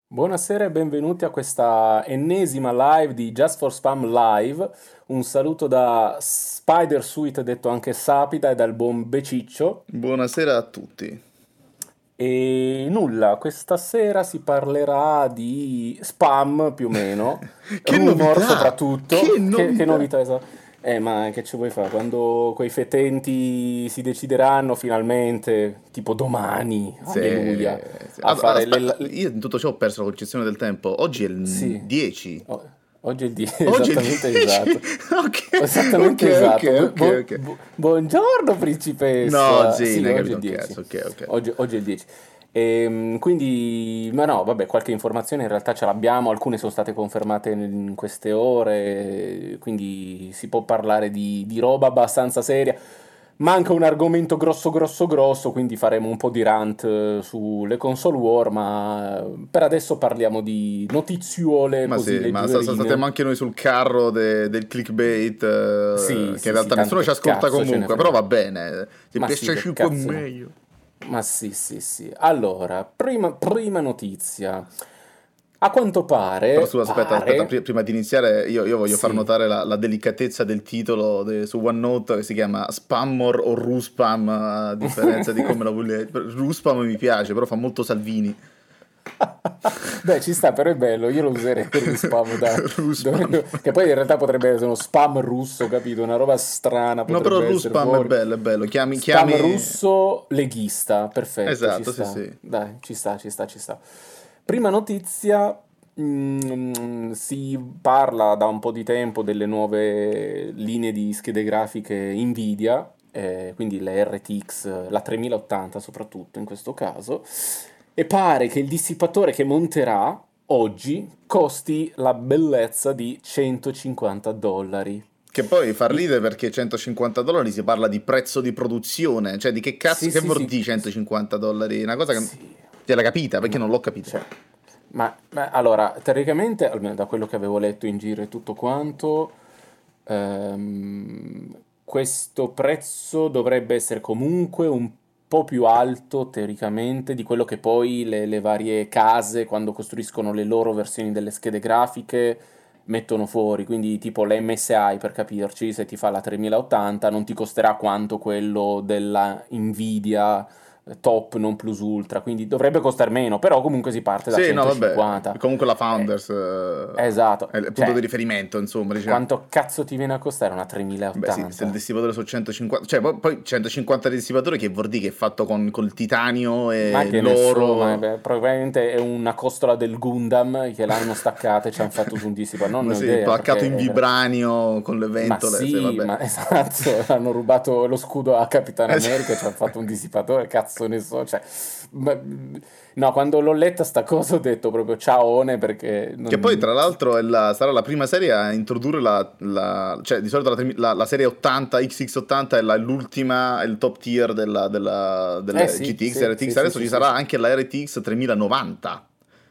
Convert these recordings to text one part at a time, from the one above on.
Buonasera e benvenuti a questa ennesima live di Just for Spam Live. Un saluto da Spider Suite, detto anche Sapida, e dal buon Beciccio. Buonasera a tutti. E nulla, questa sera si parlerà di spam più o meno, Che rumor novità! soprattutto. Che Che novità! novità esatto. Ma che ci vuoi fare? Quando quei fetenti si decideranno finalmente, tipo domani, alleluia, a fare Aspetta, io in tutto ciò ho perso la concezione del tempo. Oggi è il Sì, 10. oggi è il 10, Oggi è il esattamente 10. esatto. Ok, Esattamente ok, esatto. ok, ok, ok. Buongiorno No, principessa. sì, Sì, ne hai oggi è capito il un 10. cazzo. Ok, ok. Oggi è il 10. Quindi, ma no, vabbè, qualche informazione in realtà ce l'abbiamo, alcune sono state confermate in queste ore, quindi si può parlare di roba abbastanza seria. Manca un argomento grosso, grosso, grosso, quindi faremo un po' di rant sulle console war, ma per adesso parliamo di notiziole Ma così sì, ma stiamo leggerine. anche noi sul carro del clickbait, Sì, che in sì, sì, realtà tanto nessuno ci che ascolta cazzo ce ne comunque, però frega. va bene. Se Ma sì, piace che 5 è cazzo ne... meglio. Ma sì, sì, sì. Allora, prima notizia. A quanto Però pare, su, aspetta, pare, prima di iniziare io voglio far sì. notare la delicatezza del titolo su OneNote che si chiama Spammor o Ruspam, a differenza di come la volevi. Ruspam mi piace, però fa molto Salvini. Beh, ci sta, però è bello, io lo userei per lo spam, dai. Ruspam. Che poi in realtà potrebbe essere uno spam russo, capito? Una roba strana No, però potrebbe essere Ruspam è fuori. bello, è bello. Chiami, Spam chiami... russo leghista, perfetto, ci Esatto, sì, sta. sì. Dai, ci sta, ci sta, ci sta. Prima notizia, si parla da un po' di tempo delle nuove linee di schede grafiche Nvidia, quindi le RTX, la 3080 soprattutto in questo caso, e pare che il dissipatore che monterà oggi costi la bellezza di $150. Che poi fa I- ridere perché $150 si parla di prezzo di produzione, cioè di che cazzo, Sì, che sì, vuol sì, dire $150? Una cosa che... sì, Te l'hai capita? Perché ma, non l'ho capita. cioè, ma allora, teoricamente, almeno da quello che avevo letto in giro e tutto quanto, questo prezzo dovrebbe essere comunque un po' più alto, teoricamente, di quello che poi le varie case, quando costruiscono le loro versioni delle schede grafiche, mettono fuori. Quindi, tipo l'MSI, per capirci, se ti fa la 3080, non ti costerà quanto quello della Nvidia top non plus ultra, quindi dovrebbe costare meno, però comunque si parte da Sì, no, vabbè, 150. comunque la Eh, Founders è esatto, il punto di cioè, riferimento, insomma, diciamo. quanto cazzo ti viene a costare una Beh, sì, se il 3080? dissipatore su 150, cioè poi 150 di dissipatore che vuol dire che è fatto con col titanio Ma e che ne so, ma l'oro, probabilmente è una costola del Gundam che l'hanno staccata e ci hanno fatto su un dissipatore. Non ma ne ho sì, idea placcato in perché vibranio con le ma ventole, se sì, vabbè. ma esatto, hanno rubato lo scudo a Capitan Es- America e ci hanno fatto un dissipatore, cazzo ne so, cioè, ma- no, quando l'ho letta sta cosa ho detto proprio ciaone perché Che poi, non... tra l'altro, sarà la prima serie a introdurre cioè, di solito la serie 80, XX80 è l'ultima, è il top tier Eh delle sì, GTX, sì, sì, RTX. sì, Adesso sì, ci sì, sarà sì. anche la RTX 3090.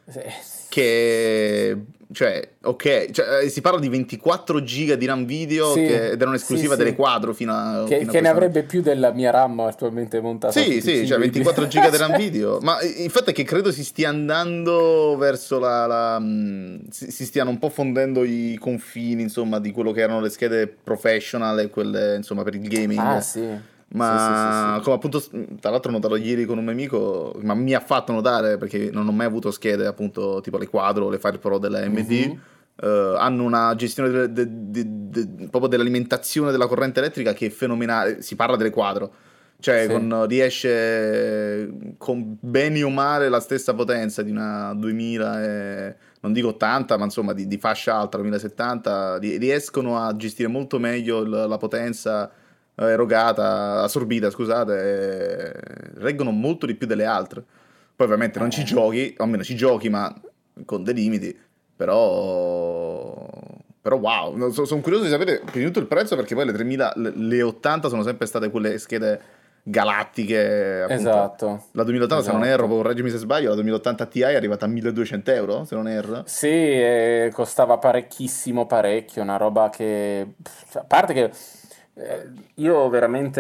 Sì, Che, cioè, ok, cioè, si parla di 24 giga di RAM video sì, ed era sì, un'esclusiva delle sì. Quadro fino a Che ne questo momento. avrebbe più della mia RAM attualmente montata su Sì, sì, PC, cioè quindi... 24 giga di RAM cioè, video, ma il fatto è che credo si stia andando verso si stiano un po' fondendo i confini, insomma, di quello che erano le schede professional e quelle, insomma, per il ah gaming. sì, sì, sì, sì, Ma sì. come appunto, tra l'altro ho notato ieri con un mio amico, ma mi ha fatto notare, perché non ho mai avuto schede, appunto, tipo le Quadro o le Fire Pro della AMD, Mhm. hanno una gestione proprio dell'alimentazione della corrente elettrica che è fenomenale. Si parla delle Quadro, cioè Sì. riesce con bene o male la stessa potenza di una 2000 non dico 80, ma insomma di fascia alta 2070, riescono a gestire molto meglio la potenza erogata, assorbita, scusate, reggono molto di più delle altre. Poi ovviamente non ci Eh, giochi, o almeno ci giochi, ma con dei limiti. Però, però wow, sono curioso di sapere prima di tutto il prezzo perché poi le 3000, le 80 sono sempre state quelle schede galattiche, appunto. esatto, La 2080, se non erro, esatto. correggimi se sbaglio, la 2080 Ti è arrivata a 1200 euro, se non erro. Sì, costava parecchio, una roba che... pff, cioè, a parte che io veramente...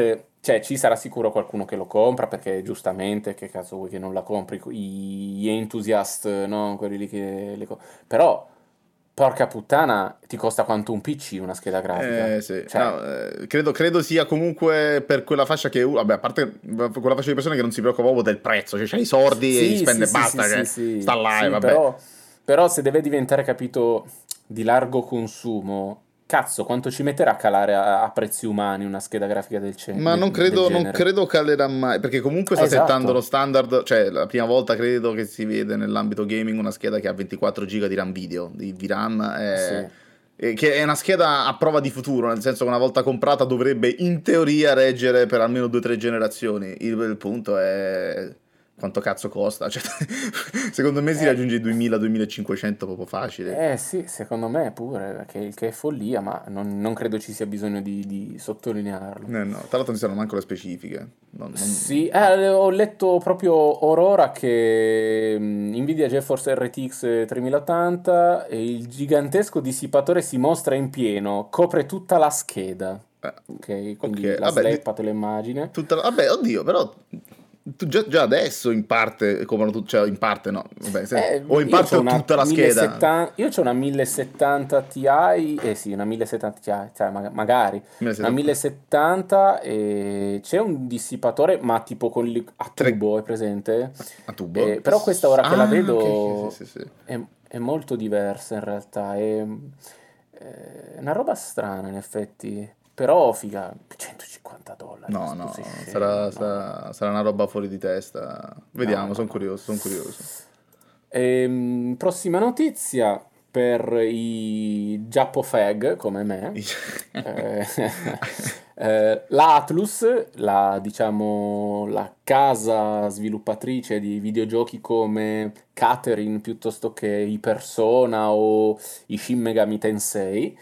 cioè, ci sarà sicuro qualcuno che lo compra perché giustamente, che cazzo vuoi che non la compri? Gli enthusiast, no? Quelli lì che però, porca puttana, ti costa quanto un PC una scheda grafica? Sì. Cioè, No, credo sia comunque per quella fascia che, vabbè, a parte quella fascia di persone che non si preoccupa proprio del prezzo, cioè c'ha i sordi e li sì, spende sì, e sì, sì, basta, sì, che sta sì, là e sì, vabbè. però se deve diventare, capito, di largo consumo, cazzo, quanto ci metterà a calare a prezzi umani una scheda grafica Ma del non genere? credo calerà mai, perché comunque sta settando lo Esatto. standard, cioè la prima volta credo che si vede nell'ambito gaming una scheda che ha 24 giga di RAM video, di RAM, Sì. che è una scheda a prova di futuro, nel senso che una volta comprata dovrebbe in teoria reggere per almeno 2 o 3 generazioni. Il punto è quanto cazzo costa, cioè, secondo me si Eh, raggiunge i 2000-2500 proprio facile. sì, secondo me pure, che è follia, ma non credo ci sia bisogno di sottolinearlo. No, tra l'altro non ci sono manco le specifiche. Sì, ho letto proprio Aurora che Nvidia GeForce RTX 3080 e il gigantesco dissipatore si mostra in pieno, copre tutta la scheda. Eh, Ok, quindi ok, la vabbè, sleppa te lo immagini. vabbè, oddio, però già adesso in parte coprono tutto, cioè in parte no, vabbè, o in Io ho parte una tutta la scheda. 1070, io c'ho una 1070 Ti, eh sì, una 1070 Ti, cioè magari, una 1070. 1070 e c'è un dissipatore, ma tipo a Tre tubo, è presente? a tubo? Però questa ora che la Ah, ok, ok, sì, vedo sì, sì. è molto diversa in realtà, è una roba strana in effetti, però figa, $150, No, ma tu sei no, scemo, no. sarà una roba fuori di testa. No, Vediamo, no, sono no. curioso, sono curioso. Prossima notizia per i Giappofag come me. Eh, la Atlus, diciamo, la casa sviluppatrice di videogiochi come Catherine piuttosto che i Persona o i Shin Megami Tensei,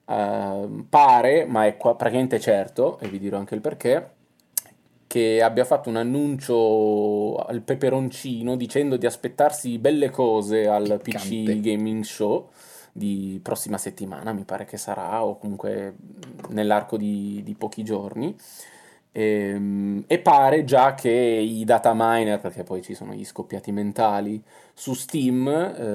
pare, ma è praticamente certo, e vi dirò anche il perché, che abbia fatto un annuncio al peperoncino dicendo di aspettarsi belle cose al PC Piccante. Gaming Show di prossima settimana, mi pare che sarà, o comunque nell'arco di pochi giorni. E pare già che i data miner, perché poi ci sono gli scoppiati mentali, su Steam,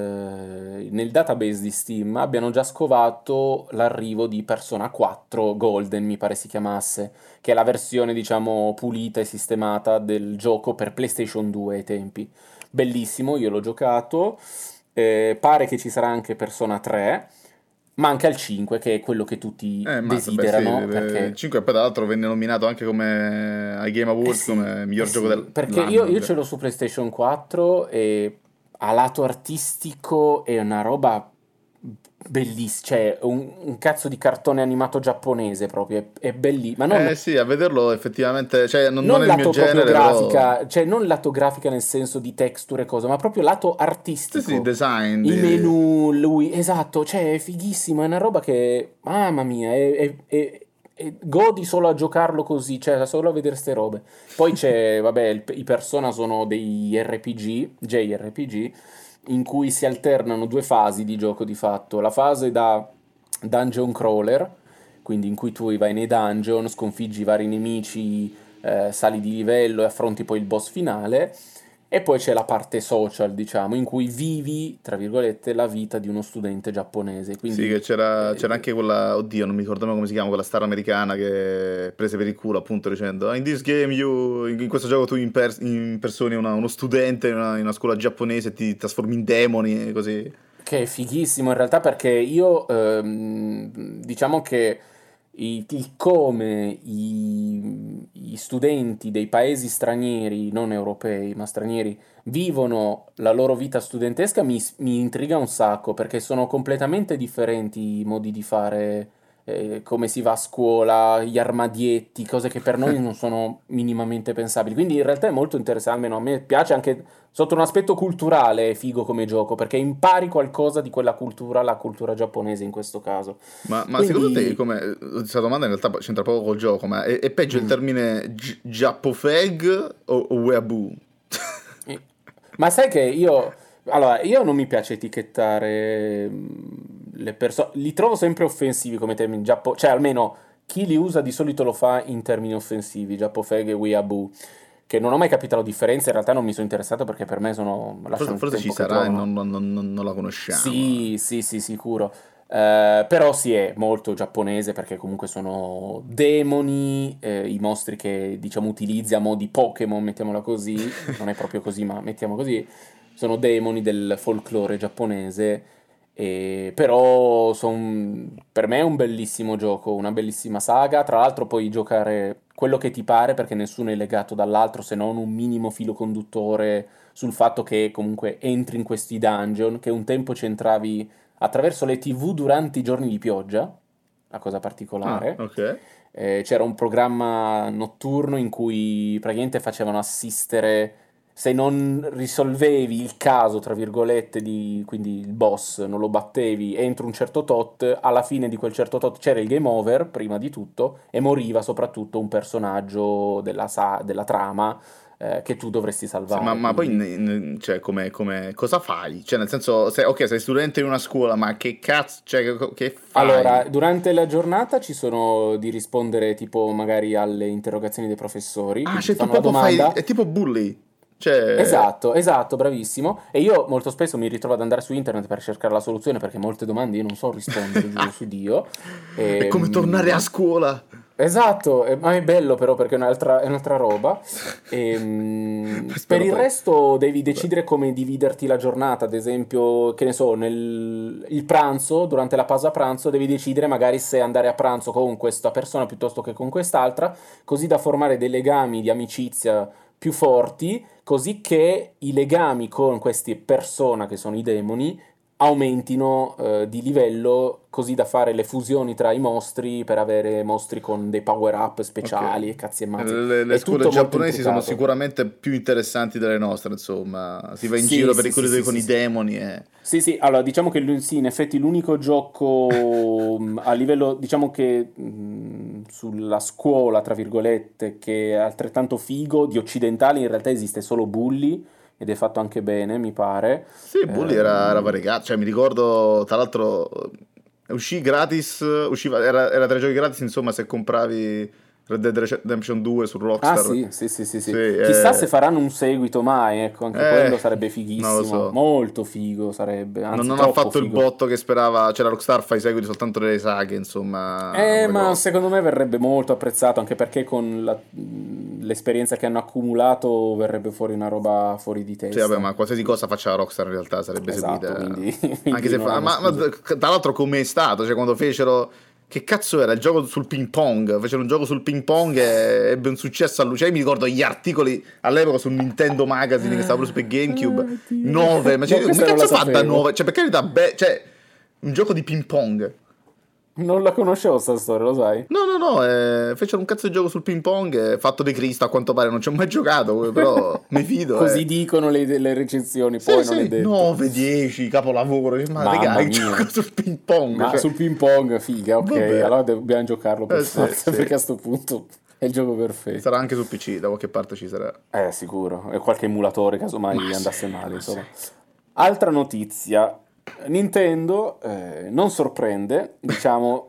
nel database di Steam, abbiano già scovato l'arrivo di Persona 4 Golden, mi pare si chiamasse, che è la versione, diciamo, pulita e sistemata del gioco per PlayStation 2 ai tempi. Bellissimo, io l'ho giocato. Pare che ci sarà anche Persona 3. Manca il 5, che è quello che tutti Vabbè, sì, desiderano, il perché 5 poi tra l'altro venne nominato anche come ai Game Awards come eh miglior gioco sì, perché dell'anno. io ce l'ho su PlayStation 4 e a lato artistico è una roba bellissima, cioè un cazzo di cartone animato giapponese proprio, è bellissimo, ma non, Sì, a vederlo effettivamente, cioè non non è il mio lato proprio genere, però... grafica, cioè non lato grafica nel senso di texture e cose, ma proprio lato Sì, sì, artistico. design I menu, lui, esatto, cioè è fighissimo, è una roba che, mamma mia, godi solo a giocarlo così, cioè solo a vedere ste robe. Poi c'è, vabbè, i Persona sono dei RPG, JRPG, in cui si alternano due fasi di gioco di fatto. La fase da dungeon crawler, quindi in cui tu vai nei dungeon, sconfiggi vari nemici, sali di livello e affronti poi il boss finale. E poi c'è la parte social, diciamo, in cui vivi, tra virgolette, la vita di uno studente giapponese. Sì, Quindi che c'era anche quella, oddio, non mi ricordo mai come si chiama, quella star americana che prese per il culo appunto dicendo "Ah, in this game in questo gioco tu impersoni uno studente in una scuola giapponese e ti trasformi in demoni e così. che è fighissimo in realtà perché io diciamo che il come i studenti dei paesi stranieri, non europei, ma stranieri, vivono la loro vita studentesca mi intriga un sacco perché sono completamente differenti i modi di fare, come si va a scuola, gli armadietti, cose che per noi non sono minimamente pensabili. Quindi in realtà è molto interessante, almeno a me piace anche sotto un aspetto culturale, è figo come gioco perché impari qualcosa di quella cultura, la cultura giapponese in questo caso. Ma secondo te, Quindi, come, questa domanda in realtà c'entra poco col gioco, ma è peggio il mm, termine Giappofeg o Weeaboo? eh, ma sai che io non mi piace etichettare le persone, li trovo sempre offensivi come termini, cioè almeno chi li usa di solito lo fa in termini offensivi, Giappofeghe e Weeaboo, che non ho mai capito la differenza, in realtà non mi sono interessato perché per me lasciano il Forse ci tempo che sarà e trovano. non la conosciamo. Sì, sì, sì, sicuro. Però sì, è molto giapponese perché comunque sono demoni, i mostri che diciamo utilizzi a mo' di Pokémon, mettiamola così, non è proprio così, ma mettiamo così, sono demoni del folklore giapponese, però per me è un bellissimo gioco, una bellissima saga, tra l'altro puoi giocare quello che ti pare perché nessuno è legato dall'altro se non un minimo filo conduttore sul fatto che comunque entri in questi dungeon, che un tempo c'entravi attraverso le TV durante i giorni di pioggia, la cosa Ah, particolare. ok. C'era un programma notturno in cui praticamente facevano assistere, se non risolvevi il caso, tra virgolette, quindi il boss non lo battevi entro un certo tot, alla fine di quel certo tot c'era il game over, prima di tutto, e moriva soprattutto un personaggio della trama che tu dovresti Sì, salvare, ma poi, quindi... cioè, cosa fai? Cioè, nel senso, ok, sei studente in una scuola, ma che cazzo, cioè, che Allora, fai? durante la giornata ci sono di rispondere tipo magari alle interrogazioni dei professori, Ah, quindi ti cioè, tu fanno la proprio fai, domanda. è tipo bully. Cioè, Esatto, esatto, bravissimo. E io molto spesso mi ritrovo ad andare su internet per cercare la soluzione perché molte domande io non so rispondere, giuro su Dio. è come tornare a Ehm, scuola. Esatto, ma è bello però perché è un'altra roba. Per Spero il poi. resto devi Vabbè. decidere come dividerti la giornata, ad esempio, che ne so, il pranzo, durante la pausa pranzo, devi decidere magari se andare a pranzo con questa persona piuttosto che con quest'altra, così da formare dei legami di amicizia più forti, così che i legami con queste persone che sono i demoni aumentino di livello così da fare le fusioni tra i mostri per avere mostri con dei power up Ok. speciali e cazzi e mazzi. Le È scuole tutto molto giapponesi sono intricato. sicuramente più interessanti delle nostre, insomma. Si va in Sì, giro per i sì, sì, corridoi sì, con sì, i sì. demoni e... Sì, sì, allora diciamo che sì, in effetti l'unico gioco a livello, diciamo che sulla scuola, tra virgolette, che è altrettanto figo, di occidentali in realtà esiste solo Bully ed è fatto anche bene, mi pare. Sì, Bully era Ehm, variegato, cioè mi ricordo, tra l'altro, uscì gratis, era tra i giochi gratis, insomma, se compravi Red Dead Redemption 2 su Ah Rockstar. sì, sì, sì, sì, Sì, sì. Chissà se faranno un seguito mai, ecco, anche quello sarebbe non lo fighissimo. so. Molto figo sarebbe, anzi Non ha troppo fatto il figo. botto che sperava, cioè la Rockstar fa i seguiti soltanto delle saghe, insomma, robe Ma grosse. secondo me verrebbe molto apprezzato, anche perché con l'esperienza che hanno accumulato verrebbe fuori una roba fuori di Sì, vabbè, testa. ma qualsiasi cosa faccia la Rockstar in realtà sarebbe Esatto, seguita. quindi, Anche quindi se non fa... hanno Ma scuse. tra l'altro come è stato? Cioè quando fecero... Che cazzo era? Il gioco sul ping pong. Fecero un gioco sul ping pong e ebbe un successo allucinante. Mi ricordo gli articoli all'epoca su Nintendo Magazine che stava proprio su per GameCube. Ah, Dio. 9. Ma No, cioè, come questa non la cazzo fa da sapevo. 9? Cioè, per carità, cioè, un gioco di ping pong. Non la conoscevo sta storia, lo sai? No, no, no, fecero un cazzo di gioco sul ping pong fatto di Cristo, a quanto pare. Non ci ho mai giocato, però mi fido, Così dicono le recensioni, Sì, poi non è sì, detto. 9, 10, capolavoro. Ma regà, Mamma il gioco mia. sul ping pong, Ma cioè... sul ping pong, figa, ok, Vabbè. allora dobbiamo giocarlo per Sì, forza, sì. perché a sto punto è il gioco Sarà perfetto. anche su PC, da qualche parte ci sarà. Sicuro, e qualche emulatore casomai Ma sì, andasse male, ma sì. insomma. Altra notizia, Nintendo non sorprende, diciamo,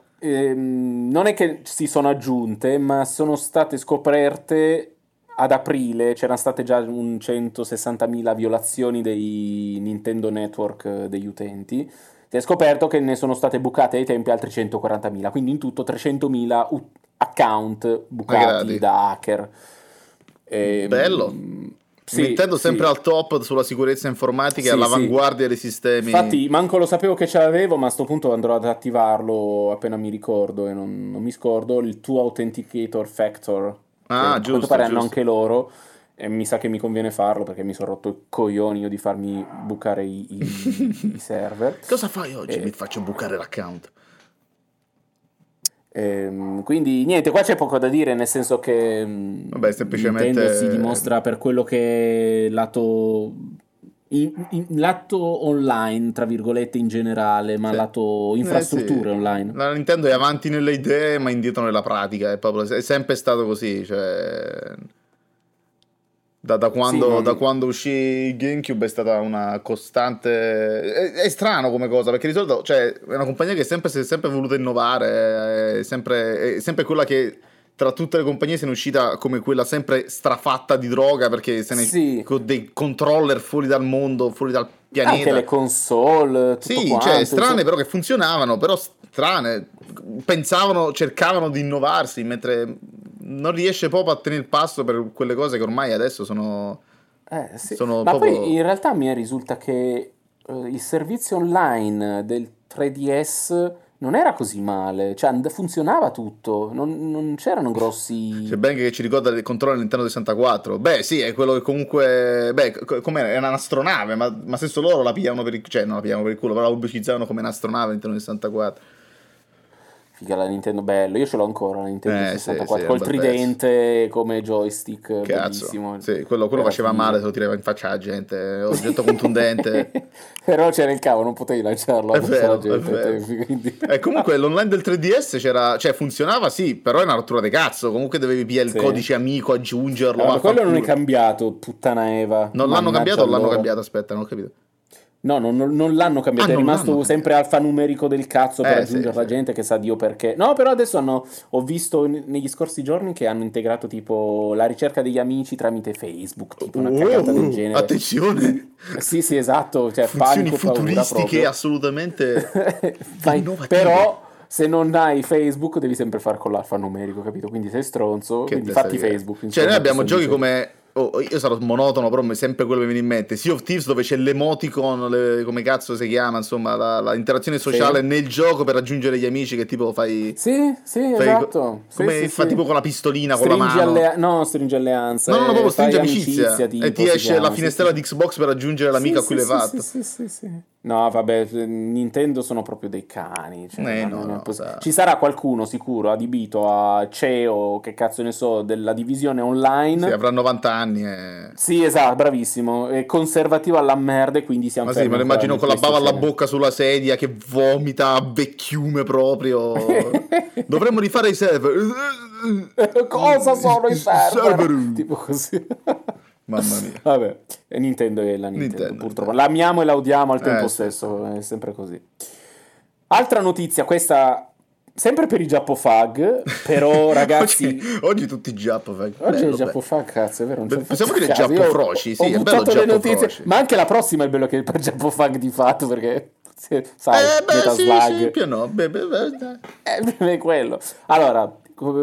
non è che si sono aggiunte, ma sono state scoperte ad aprile, c'erano state già un 160.000 violazioni dei Nintendo Network degli utenti. Si è scoperto che ne sono state bucate ai tempi altri 140.000, quindi in tutto 300.000 account bucati Magari. da hacker. Bello. Sì, Nintendo sempre sì, al top sulla sicurezza informatica e sì, sì. all'avanguardia dei sistemi. Infatti, manco lo sapevo che ce l'avevo, ma a sto punto andrò ad attivarlo appena mi ricordo e non mi scordo il tuo Authenticator Factor, che Ah, a quanto giusto, pare hanno giusto. anche loro, e mi sa che mi conviene farlo perché mi sono rotto i coglioni io di farmi bucare i server. Cosa fai oggi? Mi E- faccio bucare l'account. quindi niente, qua c'è poco da dire, nel senso che Vabbè, Nintendo si semplicemente... dimostra per quello che è lato online, tra virgolette, in generale, ma Sì. lato Sì. infrastrutture online. La Nintendo è avanti nelle idee, ma indietro nella pratica. È sempre stato così. Cioè... Sì, Da non... quando uscì il GameCube è stata una costante. È strano come cosa, perché di solito, cioè, è una compagnia che si è sempre voluta innovare, è sempre quella che tra tutte le compagnie se ne è uscita come quella sempre strafatta di droga, perché se ne Sì, con dei controller fuori dal mondo, fuori dal anche le pianeta. console, tutto Sì, cioè, quanto, strane insomma. però che funzionavano, però strane. Pensavano, cercavano di innovarsi, mentre non riesce proprio a tenere il passo per quelle cose che ormai adesso Sì. sono Ma poi proprio. in realtà mi risulta che il servizio online del 3DS non era così male, cioè funzionava tutto, non c'erano C'è grossi... ben che ci ricorda il controllo all'interno del 64. Beh, sì, è quello che comunque. Beh, com'era? È un'astronave, ma stesso loro la pigliavano per il. Cioè, non la pigliavano per il culo, però la pubblicizzavano come un'astronave all'interno del 64. Figa la Nintendo, bello, io ce l'ho ancora la Nintendo Sì, sì, 64, è un col bel pezzo. tridente come joystick, Cazzo. bellissimo, Sì, quello era faceva male, figo. se lo tirava in faccia alla gente. Oggetto contundente. Però c'era il cavo, non potevi lanciarlo È addosso alla vero, è gente ai vero. tempi, quindi... E comunque l'online del 3DS c'era, cioè funzionava sì, però è una rottura di cazzo. Comunque dovevi pigliare il Sì. codice amico, aggiungerlo, Vabbè, quello non è vaffanculo. cambiato, puttana Eva, Non l'hanno cambiato mannaggia o l'hanno loro. cambiato? Aspetta, non ho capito. No, non l'hanno Ah, cambiato, è non l'hanno rimasto sempre cambiato. alfanumerico del cazzo per Sì, aggiungere la sì. gente che sa Dio perché. No, però adesso ho visto negli scorsi giorni che hanno integrato tipo la ricerca degli amici tramite Facebook, tipo una cagata del genere. Attenzione! Sì, sì, esatto, cioè Funzioni panico e paura futuristiche proprio. assolutamente innovative. Però se non hai Facebook devi sempre fare con l'alfanumerico, capito? Quindi sei stronzo, Che quindi testa fatti di cazzo. Facebook, Cioè, noi insomma, ti abbiamo sto giochi dicendo. come. Io sarò monotono, però sempre quello che mi viene in mente. Sea of Thieves, dove c'è l'emoticon, come cazzo si chiama, insomma, la interazione Sì? sociale nel gioco per raggiungere gli amici, che tipo fai. Sì, sì, fai esatto. Sì, come sì, fa sì. tipo con la pistolina, con la mano. No, stringi alleanza, No, no, no, proprio stringe fai amicizia, amicizia. E ti tipo si esce la chiama. Sì, sì, finestrella sì. di Xbox per raggiungere l'amico Sì, a cui sì, l'hai sì, sì, fatto. sì, sì, sì. No, vabbè, Nintendo sono proprio dei cani, cioè, ma No, non è no, Ci sarà qualcuno sicuro adibito a CEO, che cazzo ne so, della divisione sì, online. avrà 90 anni e. Sì, esatto, bravissimo. È conservativo alla merda e quindi siamo Ma sì, fermi me lo ancora immagino nel con la bava alla PlayStation 1. bocca sulla sedia che vomita a vecchiume proprio. Dovremmo rifare i server. Cosa sono i Server. server? Tipo così. Mamma mia. Vabbè, e Nintendo è la Nintendo, Nintendo, purtroppo. Nintendo. L'amiamo e la odiamo al tempo Sì, sì. stesso, è sempre così. Altra notizia, questa sempre per i Giappofag, però Oggi, ragazzi, oggi tutti Giappo, oggi è il bello, bello. Giappofag, cazzo, è vero, non ci ho fatto Possiamo dire caso. Giappo Io Froci? ho Sì, è bello buttato le Giappo notizie, Froci. ma anche la prossima è bello che è per Giappofag di fatto, perché, sai, Beh, sì, sì, Metaslug. più no. Dai. È quello. Allora,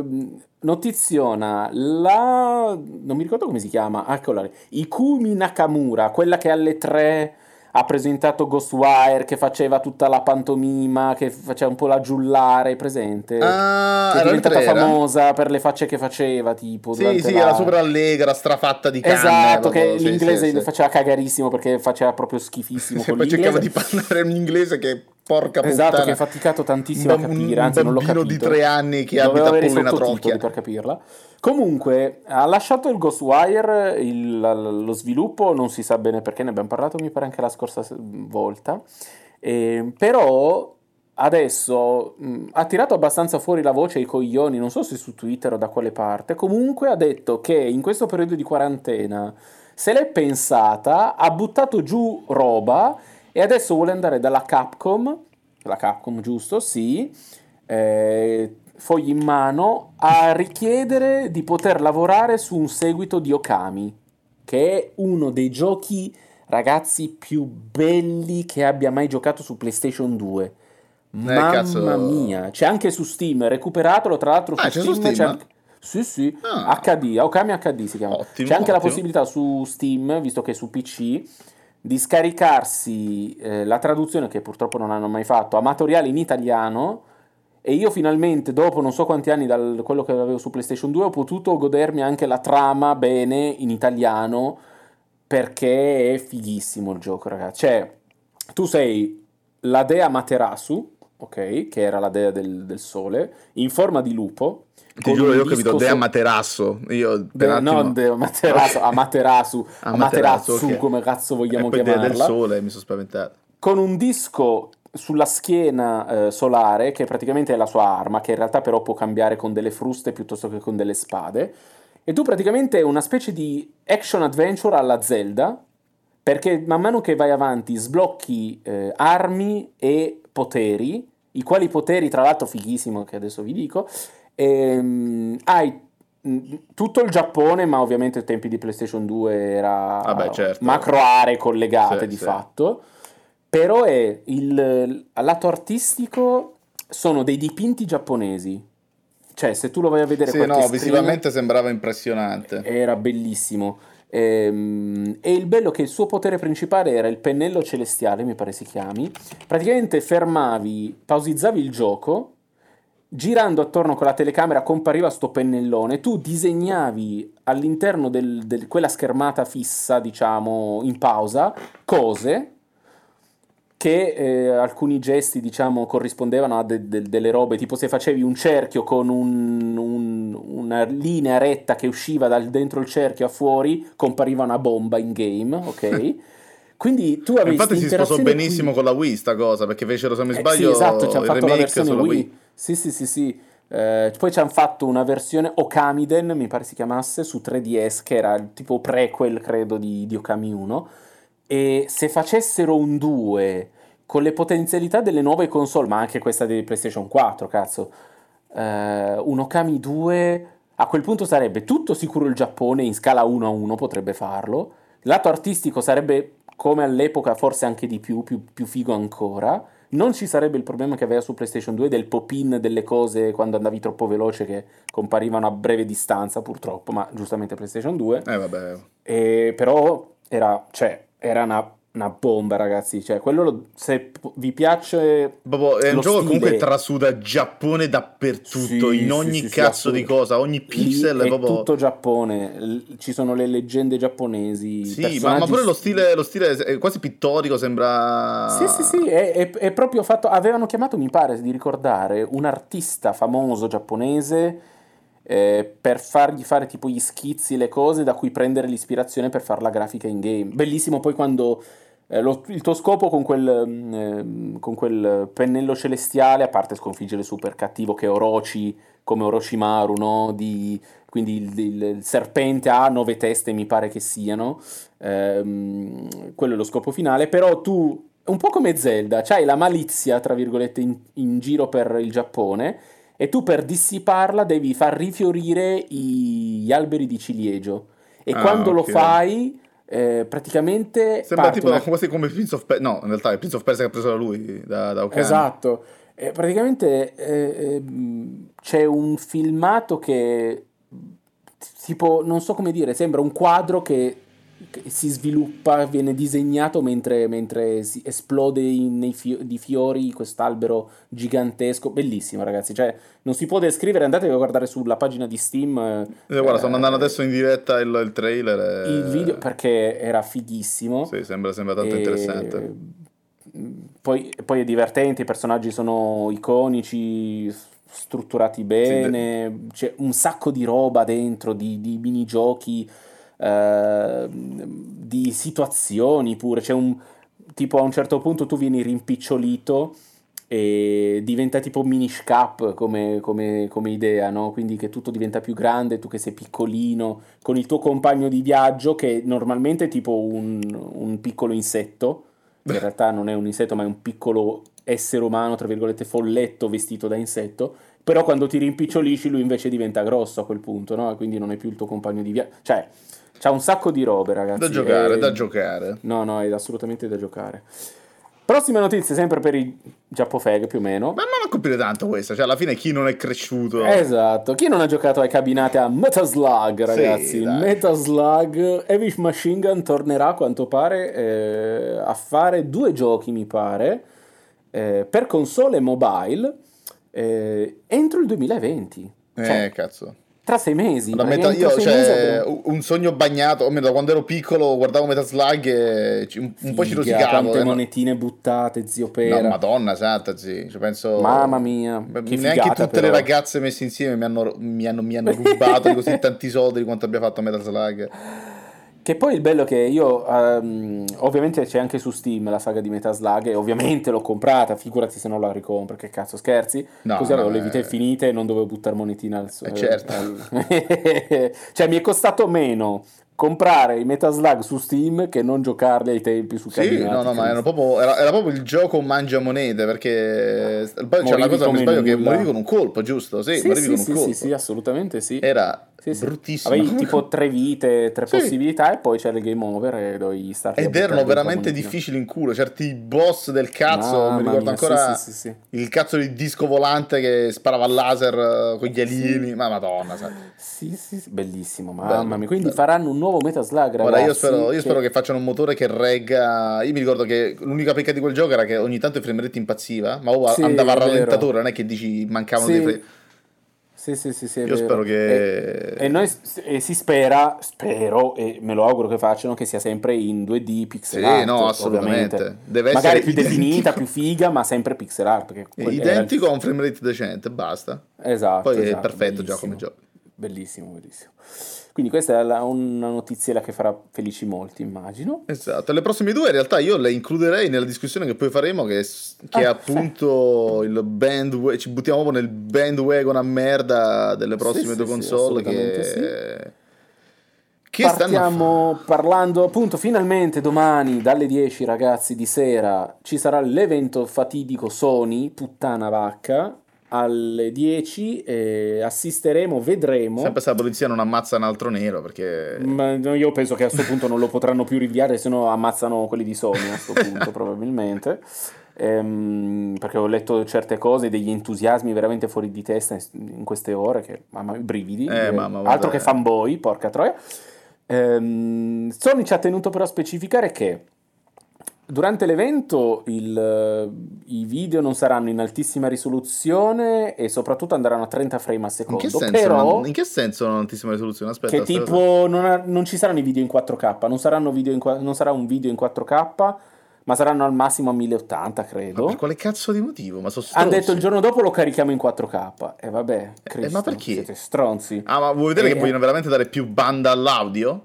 notiziona non mi ricordo come si chiama. Ah, eccola lì. Ikumi Nakamura, quella che alle 3 ha presentato Ghostwire, che faceva tutta la pantomima, che faceva un po' la giullare, presente? Ah, Che è era le diventata tre, era? famosa per le facce che faceva, tipo, Sì, durante sì, era la... super allegra, strafatta di canne, Esatto, che proprio. Sì, sì, l'inglese sì. le faceva cagarissimo perché faceva proprio schifissimo E con poi cercava l'inglese. di parlare un inglese che, porca Esatto, che ho puttana, faticato tantissimo a capire, un anzi non l'ho bambino di 3 capito. anni che Dovevo abita a avere i Pollo in sottotitoli Atrocchia. per capirla. Comunque, ha lasciato il Ghostwire, lo sviluppo, non si sa bene perché, ne abbiamo parlato mi pare anche la scorsa volta. Però adesso ha tirato abbastanza fuori la voce ai coglioni, non so se su Twitter o da quale parte. Comunque ha detto che in questo periodo di quarantena se l'è pensata, ha buttato giù roba e adesso vuole andare dalla Capcom, la Capcom giusto, sì, fogli in mano, a richiedere di poter lavorare su un seguito di Okami, che è uno dei giochi, ragazzi, più belli che abbia mai giocato su PlayStation 2. Mamma mia, Cazzo. c'è anche su Steam, recuperatelo tra l'altro su Ah, c'è su Steam, Steam? Sì, sì, Ah, HD, Okami HD si chiama. C'è ottimo, anche la ottimo. possibilità su Steam, visto che è su PC, di scaricarsi la traduzione che purtroppo non hanno mai fatto, amatoriale in italiano. E io finalmente, dopo non so quanti anni da quello che avevo su PlayStation 2, ho potuto godermi anche la trama bene in italiano perché è fighissimo il gioco, ragazzi. Cioè, tu sei la dea Materasu, ok? Che era la dea del sole, in forma di lupo, Ti con giuro, un io ho capito disco Dea Materasso. Io per un non attimo. Dea Materasu, Amaterasu, Amaterasu, Amaterasu, ok. come cazzo E vogliamo poi Dea del chiamarla, Sole, mi sono spaventato. con un disco sulla schiena solare, che praticamente è la sua arma, che in realtà però può cambiare con delle fruste piuttosto che con delle spade, E tu praticamente è una specie di action adventure alla Zelda, perché man mano che vai avanti sblocchi armi e poteri, i quali poteri, tra l'altro fighissimo, che adesso vi dico, hai tutto il Giappone, ma ovviamente ai tempi di PlayStation 2 Vabbè, era certo. macro aree collegate Sì, di sì. fatto, però è il lato artistico sono dei dipinti giapponesi. Cioè, se tu lo vai a vedere Sì, qualche no, screen, visivamente sembrava impressionante. era bellissimo. E il bello è che il suo potere principale era il pennello celestiale, mi pare si chiami. Praticamente fermavi, pausizzavi il gioco, girando attorno con la telecamera compariva sto pennellone, tu disegnavi all'interno di quella schermata fissa, diciamo, in pausa, cose che alcuni gesti, diciamo, corrispondevano a delle robe, tipo se facevi un cerchio con una linea retta che usciva dal dentro il cerchio a fuori, compariva una bomba in game, ok? Quindi tu avevi questa Infatti si sposò interazione benissimo qui. con la Wii sta cosa, perché fecero, se non mi Sì, esatto, ci sbaglio, hanno il fatto la remake versione sulla Wii. Wii. Sì, sì, sì, sì. Poi ci hanno fatto una versione Okamiden, mi pare si chiamasse, su 3DS, che era il tipo prequel, credo, di Okami 1. E se facessero un 2 con le potenzialità delle nuove console, ma anche questa di PlayStation 4, cazzo, un Okami 2, a quel punto sarebbe tutto sicuro il Giappone, in scala 1 a 1 potrebbe farlo. Lato artistico sarebbe come all'epoca, forse anche di più figo ancora. Non ci sarebbe il problema che aveva su PlayStation 2 del pop-in delle cose quando andavi troppo veloce che comparivano a breve distanza, purtroppo, ma giustamente PlayStation 2. Vabbè. Però era una bomba, ragazzi. Cioè, se vi piace Proprio, è un lo gioco che comunque stile, trasuda Giappone dappertutto, in sì, sì, ogni sì, sì, cazzo di cosa, ogni lì pixel è è proprio... tutto Giappone. Ci sono le leggende giapponesi, i Sì, ma personaggi. pure lo stile è quasi pittorico, Sì, sì, sembra... sì, è proprio fatto. Avevano chiamato, mi pare di ricordare, un artista famoso giapponese per fargli fare tipo gli schizzi, le cose da cui prendere l'ispirazione per fare la grafica in game. Bellissimo poi quando il tuo scopo con quel pennello celestiale, a parte sconfiggere il super cattivo che è Orochi, come Orochimaru, no? Quindi il serpente ha 9 teste, mi pare che siano. Quello è lo scopo finale, però tu, un po' come Zelda, c'hai la malizia, tra virgolette, in giro per il Giappone e tu per dissiparla devi far rifiorire gli alberi di ciliegio e Ah, quando lo ok. fai, praticamente Sembra parte tipo una. quasi come Prince of Persia. No, in realtà è Prince of Persia che ha preso da lui, da Okami. Esatto. Praticamente c'è un filmato che tipo, non so come dire, sembra un quadro che si sviluppa, viene disegnato mentre si esplode di fiori quest'albero gigantesco. Bellissimo, ragazzi. Cioè, non si può descrivere. Andatevi a guardare sulla pagina di Steam Guarda, sto mandando adesso in diretta il trailer il video e... perché era fighissimo. Sì, sembra tanto interessante. E poi è divertente, i personaggi sono iconici, strutturati Sì, bene, c'è un sacco di roba dentro, di minigiochi, di situazioni pure. C'è tipo a un certo punto tu vieni rimpicciolito e diventa tipo minish cap come idea, no? Quindi che tutto diventa più grande, tu che sei piccolino, con il tuo compagno di viaggio che normalmente è tipo un piccolo insetto, che in realtà non è un insetto ma è un piccolo essere umano, tra virgolette, folletto vestito da insetto, però quando ti rimpicciolisci lui invece diventa grosso a quel punto, no? E quindi non è più il tuo compagno di viaggio. Cioè, c'ha un sacco di robe, da ragazzi. giocare, da giocare. No, no, è assolutamente da giocare. Prossime notizie, sempre per i Giappofeg più o Ma meno. non colpire tanto questa, cioè alla fine chi non è cresciuto... Esatto, chi non ha giocato ai cabinati a Metal Slug, Sì, ragazzi? dai. Metal Slug, Heavy Machine Gun tornerà a quanto pare a fare 2 giochi, mi pare, per console e mobile entro il 2020. Cioè, Cazzo. tra 6 mesi, praticamente entro Io, 6 mesi cioè, avremo. un sogno bagnato, o almeno da quando ero piccolo guardavo Metal Slug e un po' ci Figa, rosicavo. quante monetine buttate, zio No, Pera. Madonna santa, sì. Cioè, Mamma penso... mia, che Neanche figata tutte le però. ragazze messe insieme mi hanno rubato di così tanti soldi di quanto abbia fatto Metal Slug. Che poi il bello è che io, ovviamente c'è anche su Steam la saga di Metal Slug e ovviamente l'ho comprata, figurati se non la ricompro, che cazzo scherzi? No, Così avevo no, le vite finite e non dovevo buttare monetina certo. Cioè mi è costato meno comprare i Metal Slug su Steam che non giocarli ai tempi su Sì, no, cabinati, no, ma Cristo. era proprio il gioco mangia monete, perché poi c'è una Morivi cosa, mi come sbaglio, che morivi nulla. con un colpo, giusto? Sì, Sì, morivi sì, con un sì, sì, sì, colpo. assolutamente sì. Era Sì, sì. bruttissimo. Avevi tipo tre vite, tre Sì, possibilità e poi c'era il game over e dovevi starti a ed buttare erano dentro veramente monetina. difficili in culo, certi boss del cazzo, mi Mamma ricordo mia, sì, sì, ancora sì, sì. il cazzo di disco volante che sparava a laser con gli Sì, alieni, ma madonna, sai. sì, sì, sì, bellissimo, mamma Bello, mia. Quindi bello. faranno un nuovo Metal Slug, Ora ragazzi, io spero che facciano un motore che regga. Io mi ricordo che l'unica pecca di quel gioco era che ogni tanto il frame rate impazziva, ma Sì, andava a è vero. rallentatore, non è che dici mancavano dei frame. Sì, sì, sì, sì, sì, è Io spero vero. E che. noi si spera, spero, e me lo auguro che facciano, che sia sempre in 2D pixel Sì, no, art, ovviamente. assolutamente. Deve essere Magari più definita, più identico. figa, ma sempre pixel art, perché era il... Identico a un frame rate decente, basta. Esatto, Poi è esatto, perfetto già come bellissimo. gioco. Bellissimo, bellissimo. Quindi questa è una notiziella che farà felici molti, immagino. Esatto, le prossime due in realtà io le includerei nella discussione che poi faremo, che è Ah, sì. appunto il bandwagon, ci buttiamo proprio nel bandwagon a merda delle Sì, prossime sì, due sì, console assolutamente sì. che stanno a Partiamo fare. parlando, appunto, finalmente domani dalle 10, ragazzi, di sera ci sarà l'evento fatidico Sony, puttana vacca, alle 10 assisteremo, Sempre vedremo, se la polizia non ammazza un altro nero, perché. ma no, io penso che a sto punto non lo potranno più rinviare, se no ammazzano quelli di Sony a sto punto probabilmente. Perché ho letto certe cose, degli entusiasmi veramente fuori di testa in queste ore, che mamma mia, brividi, Mamma, altro che guarda. fanboy, porca troia. Sony ci ha tenuto però a specificare che durante l'evento i video non saranno in altissima risoluzione e soprattutto andranno a 30 frame al In che secondo, senso? però In che senso non altissima risoluzione? Aspetta, che questa cosa. tipo non ci saranno i video in 4K, non sarà un video in 4K, ma saranno al massimo a 1080, Ma per credo. quale cazzo di motivo? Ma sono Hanno detto il stronzi. giorno dopo lo carichiamo in 4K. E vabbè, Ma Cristo, siete perché? stronzi. Ah, ma vuoi vedere che E, vogliono veramente dare più banda all'audio?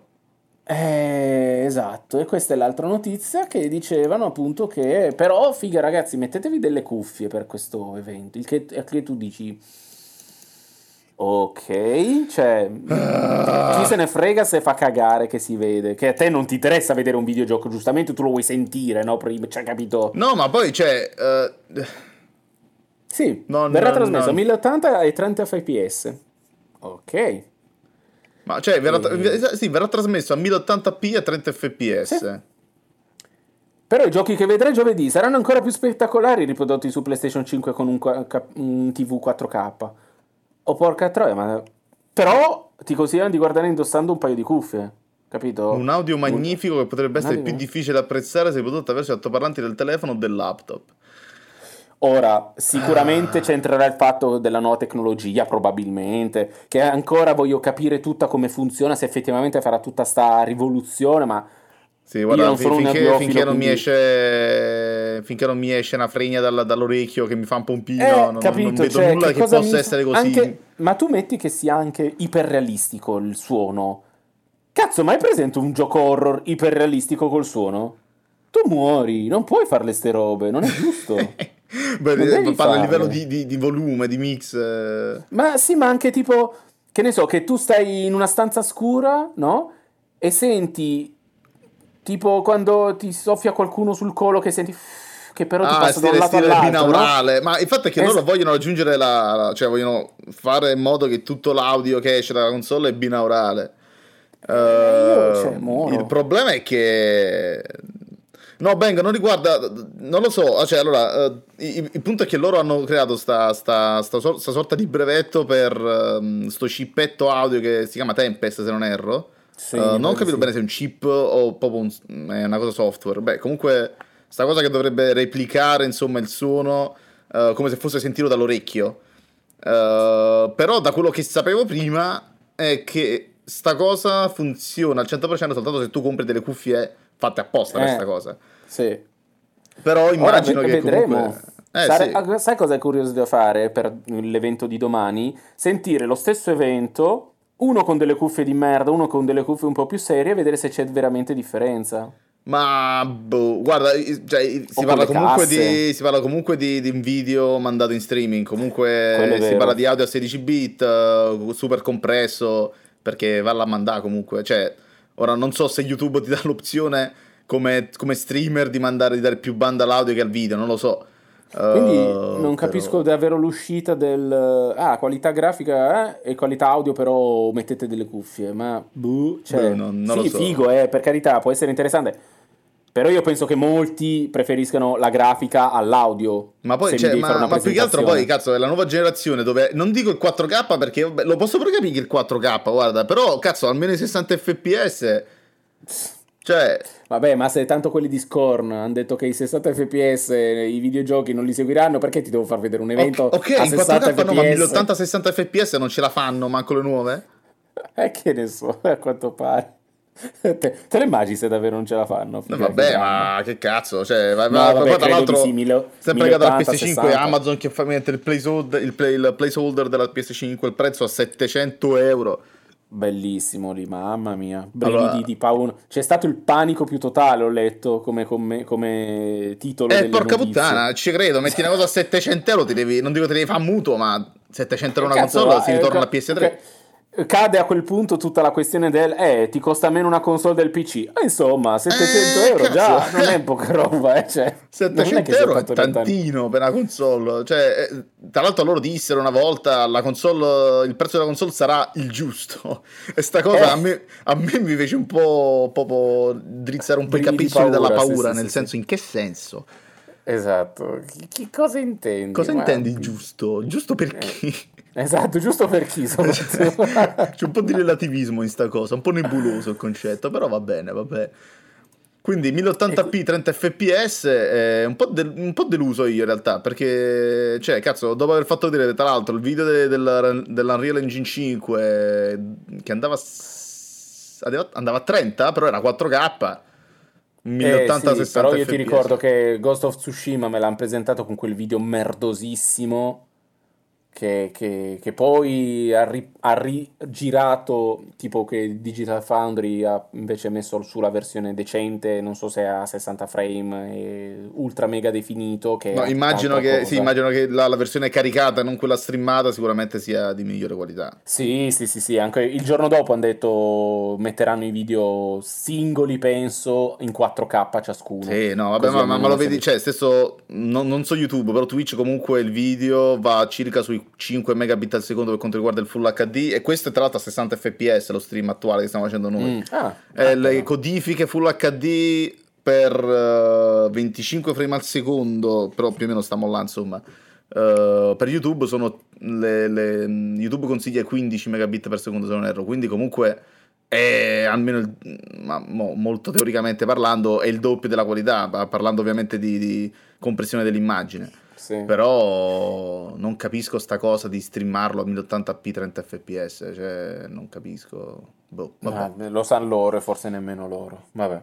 esatto, e questa è l'altra notizia che dicevano appunto che però, figa ragazzi, mettetevi delle cuffie per questo evento, il che tu dici, ok, cioè, chi se Ah. ne frega se fa cagare che si vede, che a te non ti interessa vedere un videogioco, giustamente tu lo vuoi sentire, no? Prima, cioè, capito? No, ma poi, cioè, Sì, non, verrà trasmesso a non- 1080 e 30 fps. Ok. ma cioè, E... sì, verrà trasmesso a 1080p a 30 Sì. fps. Però i giochi che vedrai giovedì saranno ancora più spettacolari riprodotti su PlayStation 5 con un TV 4K. Oh porca troia, ma... Però ti consigliano di guardare indossando un paio di cuffie, Un capito? audio magnifico che potrebbe Un essere più audio- difficile da apprezzare se prodotto attraverso gli altoparlanti del telefono o del laptop. Ora, sicuramente Ah. c'entrerà il fatto della nuova tecnologia, probabilmente, che ancora voglio capire tutta come funziona, se effettivamente farà tutta sta rivoluzione, ma Sì, io guarda, non sono un finché, audiofilo, quindi... finché non mi esce una fregna dall'orecchio che mi fa un pompino, non Capito, vedo cioè, nulla che che cosa possa mi... essere così. Anche... Ma tu metti che sia anche iperrealistico il suono. Cazzo, ma hai presente un gioco horror iperrealistico col suono? Tu muori, non puoi farle ste robe, non è giusto. Non Beh, devi parla a livello farle. di volume, di mix. Ma sì, ma anche tipo, che ne so, che tu stai in una stanza scura, no? E senti, tipo quando ti soffia qualcuno sul collo che senti che però ti Ah, passa da un lato stile all'altro, no? binaurale. Ma il fatto è che loro Es- vogliono raggiungere cioè vogliono fare in modo che tutto l'audio che esce dalla console è binaurale. io, cioè, Il moro. problema è che. No, Bang, non riguarda. Non lo so. Cioè, allora, il punto è che loro hanno creato sta sorta di brevetto per sto chippetto audio che si chiama Tempest, se non erro. Sì, mi Non ho pare di capito sì. bene se è un chip o proprio è una cosa software. Beh, comunque, sta cosa che dovrebbe replicare, insomma, il suono come se fosse sentito dall'orecchio. Però, da quello che sapevo prima, è che sta cosa funziona al 100% soltanto se tu compri delle cuffie fatte apposta per sta Eh, cosa. sì. Però Ora immagino che vedremo. comunque. Sì. Sai cosa è curioso da fare per l'evento di domani? Sentire lo stesso evento uno con delle cuffie di merda, uno con delle cuffie un po' più serie, e vedere se c'è veramente differenza. Ma boh, guarda, cioè, O con le casse, si parla comunque di un video mandato in streaming, quello comunque è si parla vero. di audio a 16 bit, super compresso, perché valla a mandare comunque, cioè, ora non so se YouTube ti dà l'opzione come streamer di mandare, di dare più banda all'audio che al video, non lo so. Quindi non capisco Però davvero l'uscita del... Ah, qualità grafica e qualità audio però mettete delle cuffie, ma boh, boh, cioè... non lo Sì, so. figo, per carità, può essere interessante, però io penso che molti preferiscano la grafica all'audio, Ma poi, se mi cioè, devi fare una ma più che altro poi, presentazione. cazzo, è la nuova generazione dove non dico il 4K perché vabbè, lo posso pure capire che il 4K, guarda, però, cazzo, almeno i 60 fps, cioè, Vabbè, ma se tanto quelli di Scorn hanno detto che i 60 fps i videogiochi non li seguiranno, perché ti devo far vedere un ok, evento ok, a in 60 4K no, ma fps? 1080-60 fps non ce la fanno, manco le nuove? Che ne so, a quanto pare. Te le immagini se davvero non ce la fanno? Figa che Vabbè, dramma. ma che cazzo, cioè, No, vabbè, poi tra credo di sì, l'altro, sempre legato alla 1080, PS5, 60. Amazon che fa mettere il placeholder della PS5, il prezzo a 700 euro. Bellissimo lì, mamma mia. Brividi Allora, di paura. C'è stato il panico più totale, ho letto come titolo delle porca notizie. puttana, ci credo, metti una cosa a 700 euro, non dico te devi fare un mutuo, ma 700 euro una Cazzo, console si ritorna alla PS3. cade a quel punto tutta la questione del ti costa meno una console del PC. Insomma, 700 euro Cazzo, già non è poca roba, cioè. Non è che 700 sia euro è tanto lontano. tantino per una console. Cioè, tra l'altro loro dissero una volta, la console, il prezzo della console sarà il giusto. E sta cosa Eh, a me mi fece un po' proprio drizzare un po' i brividi di capelli dalla paura, sì, paura, sì, nel sì, sì. senso, in che senso? Esatto. Che cosa intendi? Cosa Ma... intendi giusto? Giusto per eh, chi? esatto, giusto per chi soprattutto. C'è un po' di relativismo in sta cosa, un po' nebuloso il concetto, però va bene, va bene. Quindi E 1080p 30 fps è un po' deluso io in realtà, perché, cioè, cazzo, dopo aver fatto vedere tra l'altro il video dell'Unreal Engine 5 che andava a 30, però era 4K, Eh 1080 sì, però 60 io ti ricordo fps. che Ghost of Tsushima me l'hanno presentato con quel video merdosissimo che poi ha rigirato, tipo che Digital Foundry ha invece messo sulla versione decente, non so se a 60 frame e ultra mega definito, che No, era immagino tutt'altra che, sì, cosa. immagino che la versione caricata, non quella streamata, sicuramente sia di migliore qualità. Sì, sì, sì, sì, anche il giorno dopo hanno detto metteranno i video singoli, penso, in 4K ciascuno, Sì, no, vabbè, così ma almeno lo non si vedi, cioè, stesso, non so YouTube, però Twitch comunque il video va circa sui 5 megabit al secondo per quanto riguarda il Full HD, e questo è tra l'altro a 60 fps, lo stream attuale che stiamo facendo noi. Ah, ah, Le però. codifiche Full HD per 25 frame al secondo, però più o meno stiamo là, insomma. Per YouTube sono YouTube consiglia 15 megabit per secondo se non erro, quindi comunque è almeno molto teoricamente parlando è il doppio della qualità, parlando ovviamente di compressione dell'immagine. Sì. Però non capisco sta cosa di streamarlo a 1080p 30 fps, cioè non capisco. Boh, vabbè. Lo sanno loro e forse nemmeno loro. Vabbè.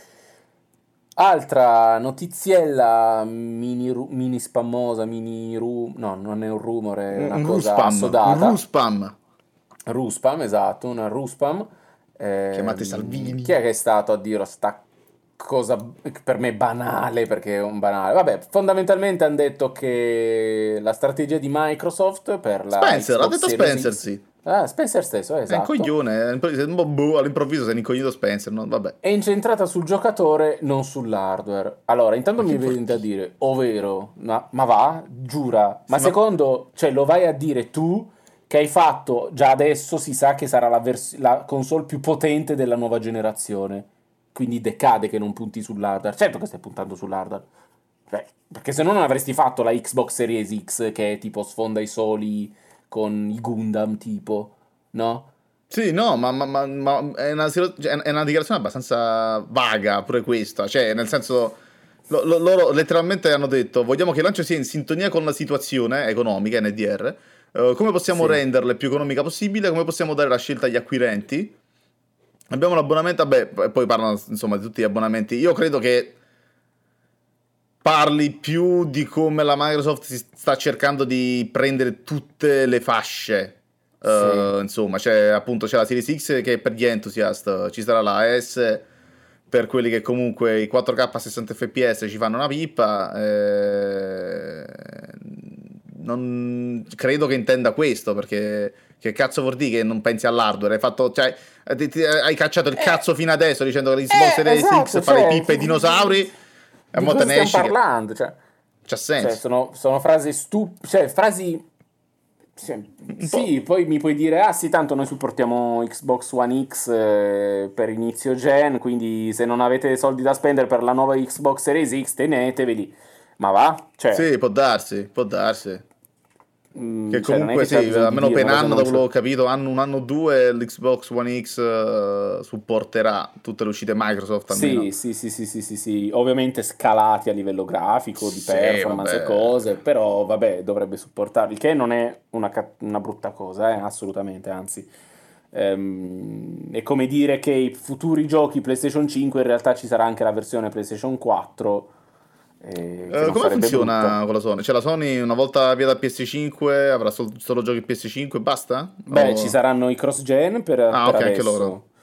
Altra notiziella mini spammosa, no, non è un rumore, è una Un cosa Ruspam, un assodata. Ruspam, Ruspam, esatto, una Ruspam. chiamate Salvini. Chi è che è stato a dire sta cosa per me banale, perché è un banale? Vabbè, fondamentalmente hanno detto che la strategia di Microsoft per la Spencer, ha Xbox detto Series Spencer, X, sì. Spencer stesso, È un esatto, coglione, boh, all'improvviso si è incognito Spencer, no? Vabbè. è incentrata sul giocatore, non sull'hardware. Allora, intanto Ma che mi vuol viene da dire? dire, ovvero, ma va? Giura? Ma Sì, ma secondo, cioè lo vai a dire tu che hai fatto, già adesso si sa che sarà la console più potente della nuova generazione. Quindi decade che non punti sull'hardware. Certo che stai puntando sull'hardware. Cioè, perché se no non avresti fatto la Xbox Series X che tipo sfonda i soli con i Gundam tipo, no? sì, no, ma è è una dichiarazione abbastanza vaga pure questa, cioè nel senso loro letteralmente hanno detto vogliamo che il lancio sia in sintonia con la situazione economica NDR, come possiamo Sì. renderla più economica possibile, come possiamo dare la scelta agli acquirenti. Abbiamo l'abbonamento, vabbè, poi parlano insomma di tutti gli abbonamenti. Io credo che parli più di come la Microsoft si sta cercando di prendere tutte le fasce Sì. Insomma, c'è la Series X che è per gli entusiast, ci sarà la S per quelli che comunque i 4K a 60 fps ci fanno una pippa. Non credo che intenda questo, perché che cazzo vuol dire che non pensi all'hardware? Hai fatto, cioè, hai cacciato il cazzo fino adesso dicendo che l'Xbox Series X Esatto, fa le cioè, pippe ai dinosauri e a di mo' te cosa ne stiamo esci che parlando? c'ha Cioè, senso. sono frasi cioè, frasi. Sì, Un po'. sì, poi mi puoi dire, ah sì, tanto noi supportiamo Xbox One X per inizio gen, quindi se non avete soldi da spendere per la nuova Xbox Series X, teneteveli. Ma va? Cioè, Sì, può darsi, può darsi. Che cioè, non è comunque che c'ha sì, bisogno di almeno per un dirmelo se anno, non dopo c'è. l'ho capito, un anno o due l'Xbox One X supporterà tutte le uscite Microsoft almeno. Sì, sì, sì, sì, sì, sì, sì, ovviamente scalati a livello grafico, di Sì, performance e vabbè. cose, però vabbè, dovrebbe supportarli, il che non è una brutta cosa, assolutamente, anzi. È come dire che i futuri giochi PlayStation 5 in realtà ci sarà anche la versione PlayStation 4, che non Come sarebbe brutta. funziona con la Sony? Cioè la Sony una volta via da PS5 avrà solo giochi PS5 e basta? Beh, ci saranno i cross-gen Ah, per ok, anche loro. adesso.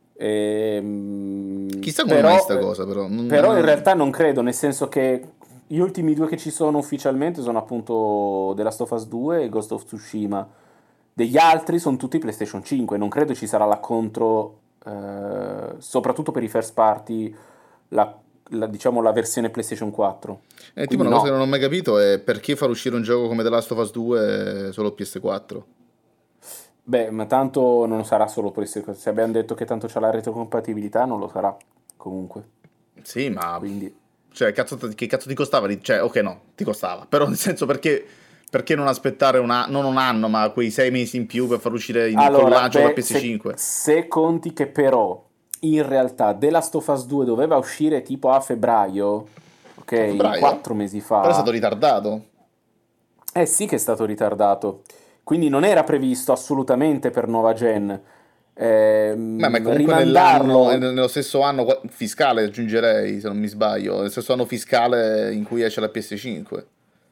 Chissà come mai Però, sta cosa, però. però in realtà non credo, nel senso che gli ultimi due che ci sono ufficialmente sono appunto The Last of Us 2 e Ghost of Tsushima. Degli altri sono tutti PlayStation 5, non credo ci sarà la contro, soprattutto per i first party, diciamo la versione PlayStation 4. Tipo Quindi una cosa che non no. ho mai capito è perché far uscire un gioco come The Last of Us 2 solo PS4. Beh, ma tanto non sarà solo PlayStation, se abbiamo detto che tanto c'è la retrocompatibilità, non lo sarà comunque. Sì, ma Quindi cioè, che cazzo ti costava? Cioè, ok, no, ti costava. Però nel senso perché non aspettare non un anno, ma quei 6 mesi in più per far uscire col allora, lancio da beh, se, PS5? se conti che però in realtà The Last of Us 2 doveva uscire tipo a febbraio, A ok, febbraio? 4 mesi Però è stato fa, ritardato. eh sì che è stato ritardato. Quindi non era previsto assolutamente per nuova gen. Ma è comunque Rimandarlo. nello stesso anno fiscale, aggiungerei, se non mi sbaglio, nello stesso anno fiscale in cui esce la PS5.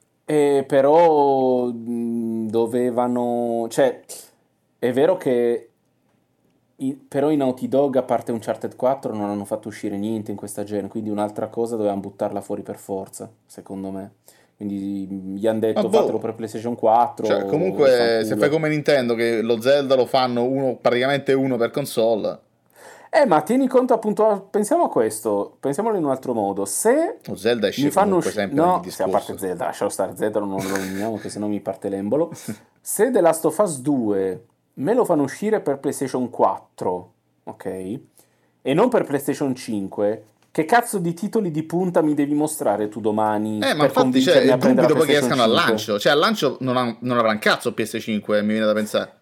Però dovevano. Cioè, è vero che. Però i Naughty Dog, a parte Uncharted 4, non hanno fatto uscire niente in questa gen, quindi un'altra cosa dovevano buttarla fuori per forza, secondo me. Quindi gli hanno Ma detto fatelo boh, per PlayStation cioè 4 e comunque se fai fanculo. come Nintendo che lo Zelda lo fanno praticamente uno per console, Ma tieni conto appunto, pensiamo a questo, pensiamolo in un altro modo. Se lo Zelda esce mi fanno comunque uscire. sempre ogni No, se a parte discorso. Zelda, lascialo stare Zelda, non lo nominiamo che sennò mi parte l'embolo. Se The Last of Us 2 me lo fanno uscire per PlayStation 4, ok? E non per PlayStation 5, che cazzo di titoli di punta mi devi mostrare tu domani Ma per infatti, cioè, convincermi a prendere dubito la poi che PlayStation escano al 5? lancio. Cioè, al lancio non avrà un cazzo PS5, mi viene da pensare.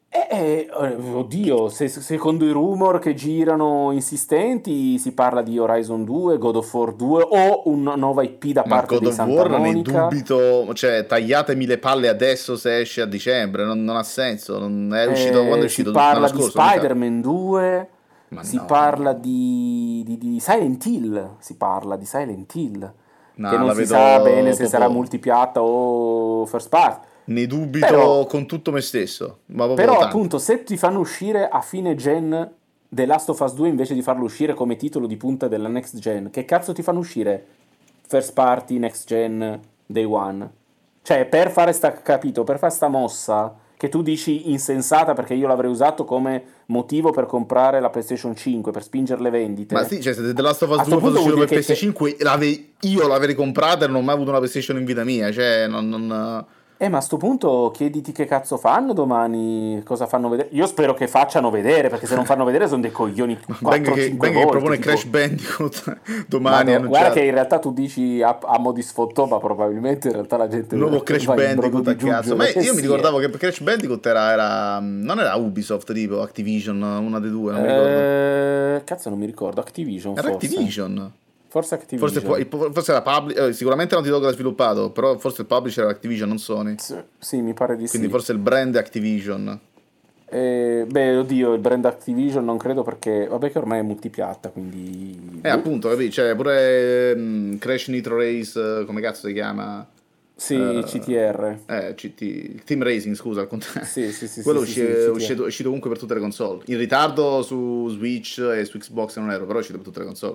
Oddio, secondo i rumor che girano insistenti, si parla di Horizon 2, God of War 2 o una nuova IP da Ma parte God dei of Santa War ne Monica. dubito, cioè, tagliatemi le palle adesso se esce a dicembre, non ha senso. È uscito, quando è Si uscito? L'anno parla di scorso, mi sa. Spider-Man 2, Ma si no, parla di Silent Hill, si parla di Silent Hill, che no, non la si sa bene vedo se sarà proprio. multipiatta o first party. Ne dubito Però con tutto me stesso, ma proprio Però tanto. appunto se ti fanno uscire a fine gen The Last of Us 2 invece di farlo uscire come titolo di punta della next gen, che cazzo ti fanno uscire first party, next gen, day one? Cioè per fare capito, per fare sta mossa che tu dici insensata perché io l'avrei usato come motivo per comprare la PlayStation 5, per spingere le Ma vendite, sì, cioè, se The Last of Us a sto 2 fosse punto vuol uscito dire per che PS5, io l'avrei comprata e non ho mai avuto una PlayStation in vita mia. Cioè, Ma a sto punto chiediti che cazzo fanno domani, cosa fanno vedere. Io spero che facciano vedere, perché se non fanno vedere sono dei coglioni Venga 4-5 che volte, propone Crash tipo. Bandicoot domani Guarda che annunciato. in realtà tu dici a mo' di sfottò, ma probabilmente in realtà la gente Nuovo Crash va in brodo Bandicoot di a cazzo. Ma giuggiole. io mi Sì, ricordavo che Crash Bandicoot non era Ubisoft, tipo Activision, una dei due, non mi ricordo. Cazzo, non mi ricordo. Activision, Era forse. Activision. Forse Forse, Activision. forse era sicuramente Naughty Dog l'ha sviluppato, però forse il publisher era Activision, non Sony. Sì, sì, mi pare di Quindi sì. forse il brand è Activision. Beh, oddio, il brand Activision non credo perché. Vabbè, che ormai è multipiatta, quindi. Boh. Appunto, capì? Cioè, pure Crash Nitro Race, come cazzo si chiama? Sì, CTR. il Team Racing, scusa, al contrario. Sì, sì, sì, sì, Quello sì, sì, il CTR. è uscito comunque per tutte le console. In ritardo su Switch e su Xbox non ero, però è uscito per tutte le console.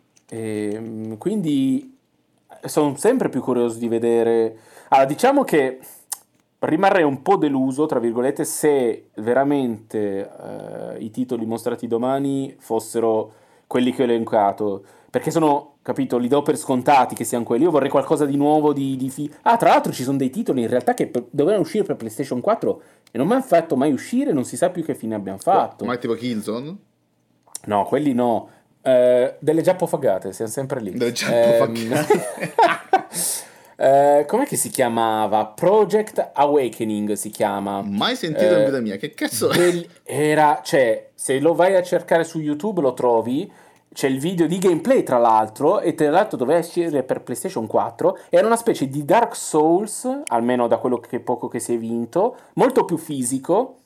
Quindi sono sempre più curioso di vedere. Allora, diciamo che rimarrei un po' deluso, tra virgolette, se veramente i titoli mostrati domani fossero quelli che ho elencato. Perché sono, capito, li do per scontati che siano quelli. Io vorrei qualcosa di nuovo, Ah, tra l'altro ci sono dei titoli in realtà che dovevano uscire per PlayStation 4 e non mi hanno fatto mai uscire, non si sa più che fine abbiamo Ma fatto. è tipo Killzone? No, quelli no. Delle giappofagate, siamo sempre lì. Delle giappofaccate. Com'è che si chiamava? Project Awakening si chiama. Mai sentito in vita mia, che cazzo è? Cioè, se lo vai a cercare su YouTube lo trovi. C'è il video di gameplay, tra l'altro, e tra l'altro doveva uscire per PlayStation 4. Era una specie di Dark Souls, almeno da quello che poco che si è vinto, molto più fisico,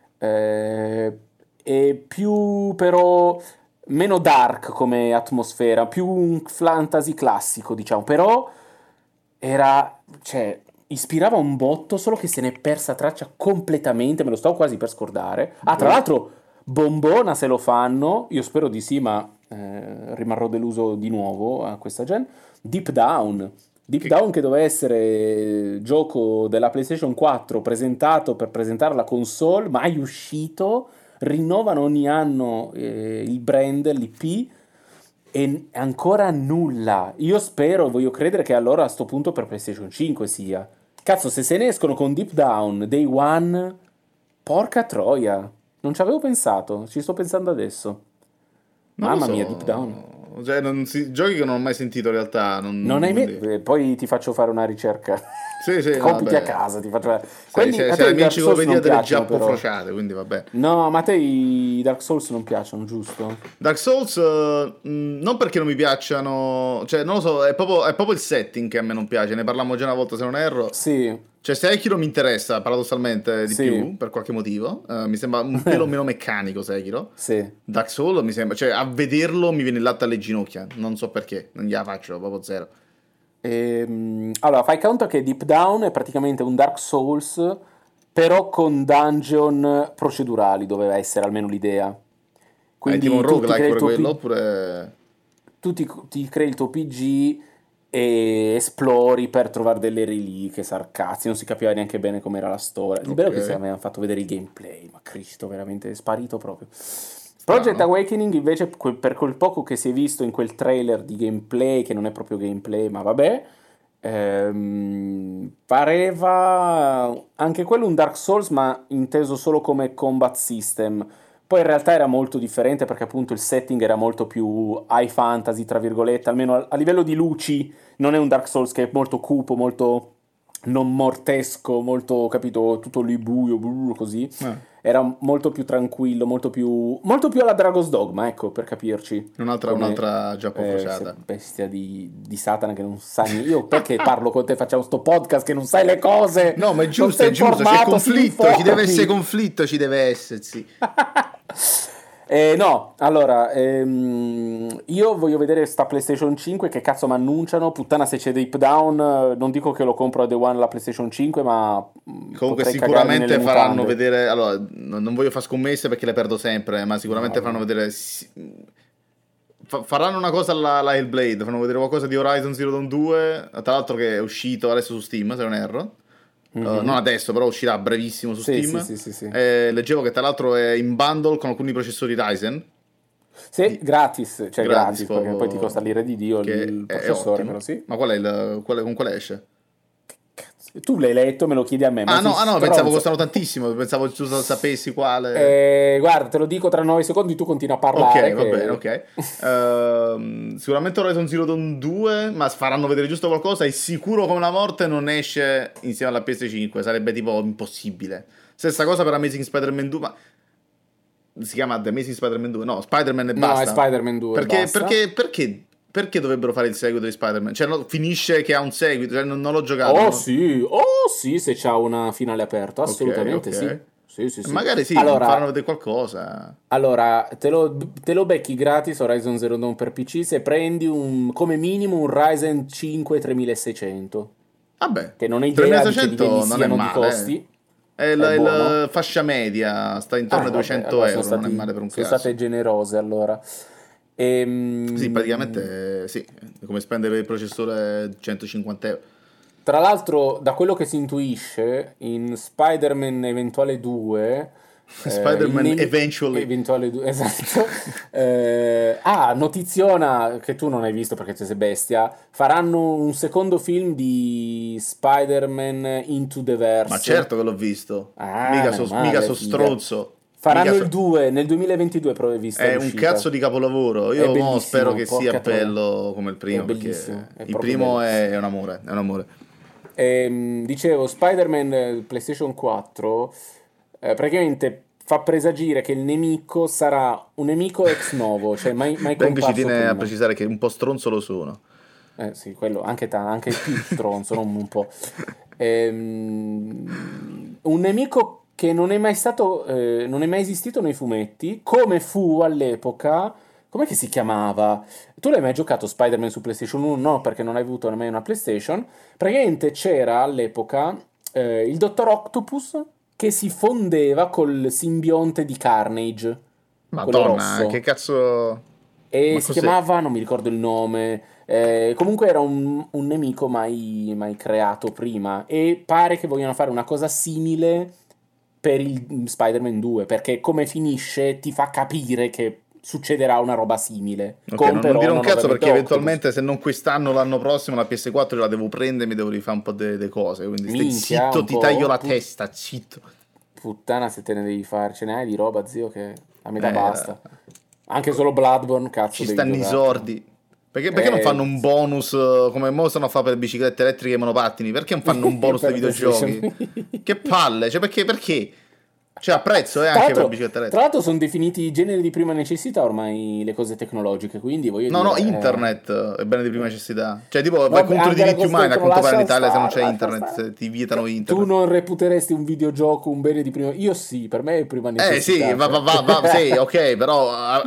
e più però meno dark come atmosfera, più un fantasy classico, diciamo, però era, cioè, ispirava un botto, solo che se n'è persa traccia completamente, me lo stavo quasi per scordare. Ah, tra Boh. l'altro, bombona se lo fanno, io spero di sì, ma rimarrò deluso di nuovo a questa gen. Deep Down. Deep Che- Down che doveva essere gioco della PlayStation 4 presentato per presentare la console, mai uscito, rinnovano ogni anno il brand, l'IP e ancora nulla. Io spero, voglio credere che allora a sto punto per PlayStation 5 sia. Cazzo, se ne escono con Deep Down, Day One, porca troia. Non ci avevo pensato, ci sto pensando adesso. Non lo Mamma mia, Deep Down. so. Cioè, giochi che non ho mai sentito in realtà. Non hai Quindi- poi ti faccio fare una ricerca. Sì, sì, no, Compiti a vabbè. casa, ti faccio fare. Sei, Quelli, sei, a sei te la i mia Dark Souls enciclopedia non delle piacciono però. giappofrociate, quindi vabbè. No, ma a te i Dark Souls non piacciono, giusto? Dark Souls, non perché non mi piacciono, cioè non lo so, è proprio il setting che a me non piace, ne parlammo già una volta se non erro. Sì, Cioè Sekiro mi interessa paradossalmente di sì, più, per qualche motivo, mi sembra un pelo meno meccanico Sekiro. sì. Dark Souls mi sembra, cioè a vederlo mi viene il latte alle ginocchia, non so perché, non gliela faccio, proprio zero. Allora, fai conto che Deep Down è praticamente un Dark Souls, però con dungeon procedurali, doveva essere almeno l'idea. È tipo un Quindi roguelike pure quello, oppure... ti crei il tuo PG e esplori per trovare delle reliquie, sarcazzi, non si capiva neanche bene com'era la storia. Il bello è che si Ok, avevano fatto vedere il gameplay, ma Cristo, veramente è sparito proprio. Project strano. Awakening invece, per quel poco che si è visto in quel trailer di gameplay, che non è proprio gameplay, ma vabbè, pareva anche quello un Dark Souls, ma inteso solo come combat system. Poi in realtà era molto differente perché appunto il setting era molto più high fantasy, tra virgolette, almeno a livello di luci non è un Dark Souls che è molto cupo, molto non mortesco, molto, capito, tutto lì buio, così. Eh, Era molto più tranquillo, molto più alla Dragon's Dogma, ecco, per capirci. Come un'altra giappofrociata. bestia di Satana che non sa niente. Io perché parlo con te, facciamo sto podcast che non sai le cose? No, ma Non sei è giusto, c'è informato, si conflitto, ci deve essere informi. conflitto, ci deve essersi. No, allora, io voglio vedere sta PlayStation 5 che cazzo mi annunciano, puttana se c'è Deep Down, non dico che lo compro a Day One la PlayStation 5, ma Comunque potrei cagarmi sicuramente nelle faranno mutande. vedere, allora, non voglio fare scommesse perché le perdo sempre, ma sicuramente No, faranno vedere, faranno una cosa alla Hellblade, faranno vedere qualcosa di Horizon Zero Dawn 2, tra l'altro che è uscito adesso su Steam, se non erro. Non mhm. adesso, però uscirà brevissimo su Sì, sì, Steam. sì, sì, sì. Leggevo che tra l'altro è in bundle con alcuni processori Ryzen, Sì, gratis, cioè gratis gratis, perché poi ti costa proprio, l'ira di Dio che il è processore, però ottimo. sì. Ma qual è con quale esce? Cazzo, tu l'hai letto, me lo chiedi a me, ma sei Ah no, pensavo stronzo. costano tantissimo, pensavo tu sapessi quale... Guarda, te lo dico tra 9 secondi, tu continui a Ok, parlare va bene, che... ok. Sicuramente Horizon Zero Dawn 2, ma faranno vedere giusto qualcosa e sicuro come la morte non esce insieme alla PS5, sarebbe tipo impossibile. Stessa cosa per Amazing Spider-Man 2, ma si chiama The Amazing Spider-Man 2? No, Spider-Man e No, è basta. Spider-Man 2, basta. Perché dovrebbero fare il seguito di Spider-Man? Cioè, finisce che ha un seguito, cioè, non l'ho giocato. Oh sì, se c'ha una finale aperta, Ok, assolutamente sì. ok. Sì, sì, sì. Magari sì, faranno Allora, vedere qualcosa. allora te lo becchi gratis Horizon Zero Dawn per PC se prendi come minimo un Ryzen 5 3600. Vabbè, che non ho idea di che 3600 livelli non è siano di male. costi. È È la buono. fascia media, sta intorno ai Vabbè, 200 allora euro, non è male per un sono state cazzo. generose allora. Sì, Ehm, praticamente sì, è come spendere per il processore 150 euro. Tra l'altro, da quello che si intuisce, in Spider-Man eventuale 2, il Spider-Man Eventually. eventuale 2, esatto. Notiziona che tu non hai visto perché tu sei bestia. Faranno un secondo film di Spider-Man Into the Ma Verse. certo che l'ho visto. Ah, meno Mica male, so figa. stronzo. Mica Faranno il so... 2 nel 2022, è vista È un l'uscita. cazzo di capolavoro. È Io mo spero bellissimo, che sia porca troia. bello come il È primo, bellissimo, perché è il proprio bello. primo è un amore, è un amore. Dicevo, Spider-Man PlayStation 4 praticamente fa presagire che il nemico sarà un nemico ex novo, cioè mai Deng ci comparso tiene a prima. precisare che un po' stronzo lo sono. Sì, quello anche più stronzo, non un po'. Un nemico che non è mai stato, non è mai esistito nei fumetti, come fu all'epoca. Com'è che si chiamava? Tu l'hai mai giocato Spider-Man su PlayStation 1? No, perché non hai avuto mai una PlayStation. Praticamente c'era all'epoca il Dottor Octopus che si fondeva col simbionte di Carnage, quello Madonna, che rosso. cazzo... E Ma si cos'è? chiamava, non mi ricordo il nome. Comunque era un nemico mai creato prima. E pare che vogliano fare una cosa simile per il Spider-Man 2. Perché come finisce ti fa capire che succederà una roba simile. Ok, Con non però dire un non cazzo ovviamente perché Octopus. eventualmente se non quest'anno l'anno prossimo la PS4 la devo prendere e mi devo rifare un po' delle cose. Quindi stai Minchia, zitto, un ti taglio po'. la testa, zitto. Puttana se te ne devi fare. Ce n'hai di roba, zio, che a metà Eh, basta. Anche solo Bloodborne, cazzo, Ci devi stanno i giocartelo. sordi. Perché non fanno un bonus come mo stanno a fare per biciclette elettriche e monopattini? Perché non fanno un bonus dei Per PlayStation. videogiochi? Che palle, cioè perché? Cioè a prezzo Tra anche per l'altro, biciclette tra elettriche. l'altro sono definiti generi di prima necessità ormai le cose tecnologiche, quindi voglio No, no, dire... internet è bene di prima necessità. Cioè tipo vai vabbè, contro i anche le diritti cose umani a tecnologiche, quanto pare in lascia Italia se non stare, c'è lascia internet, stare. se ti vietano Tu internet. non reputeresti un videogioco un bene di prima... Io sì, per me è prima Sì, necessità, cioè. sì, ok, però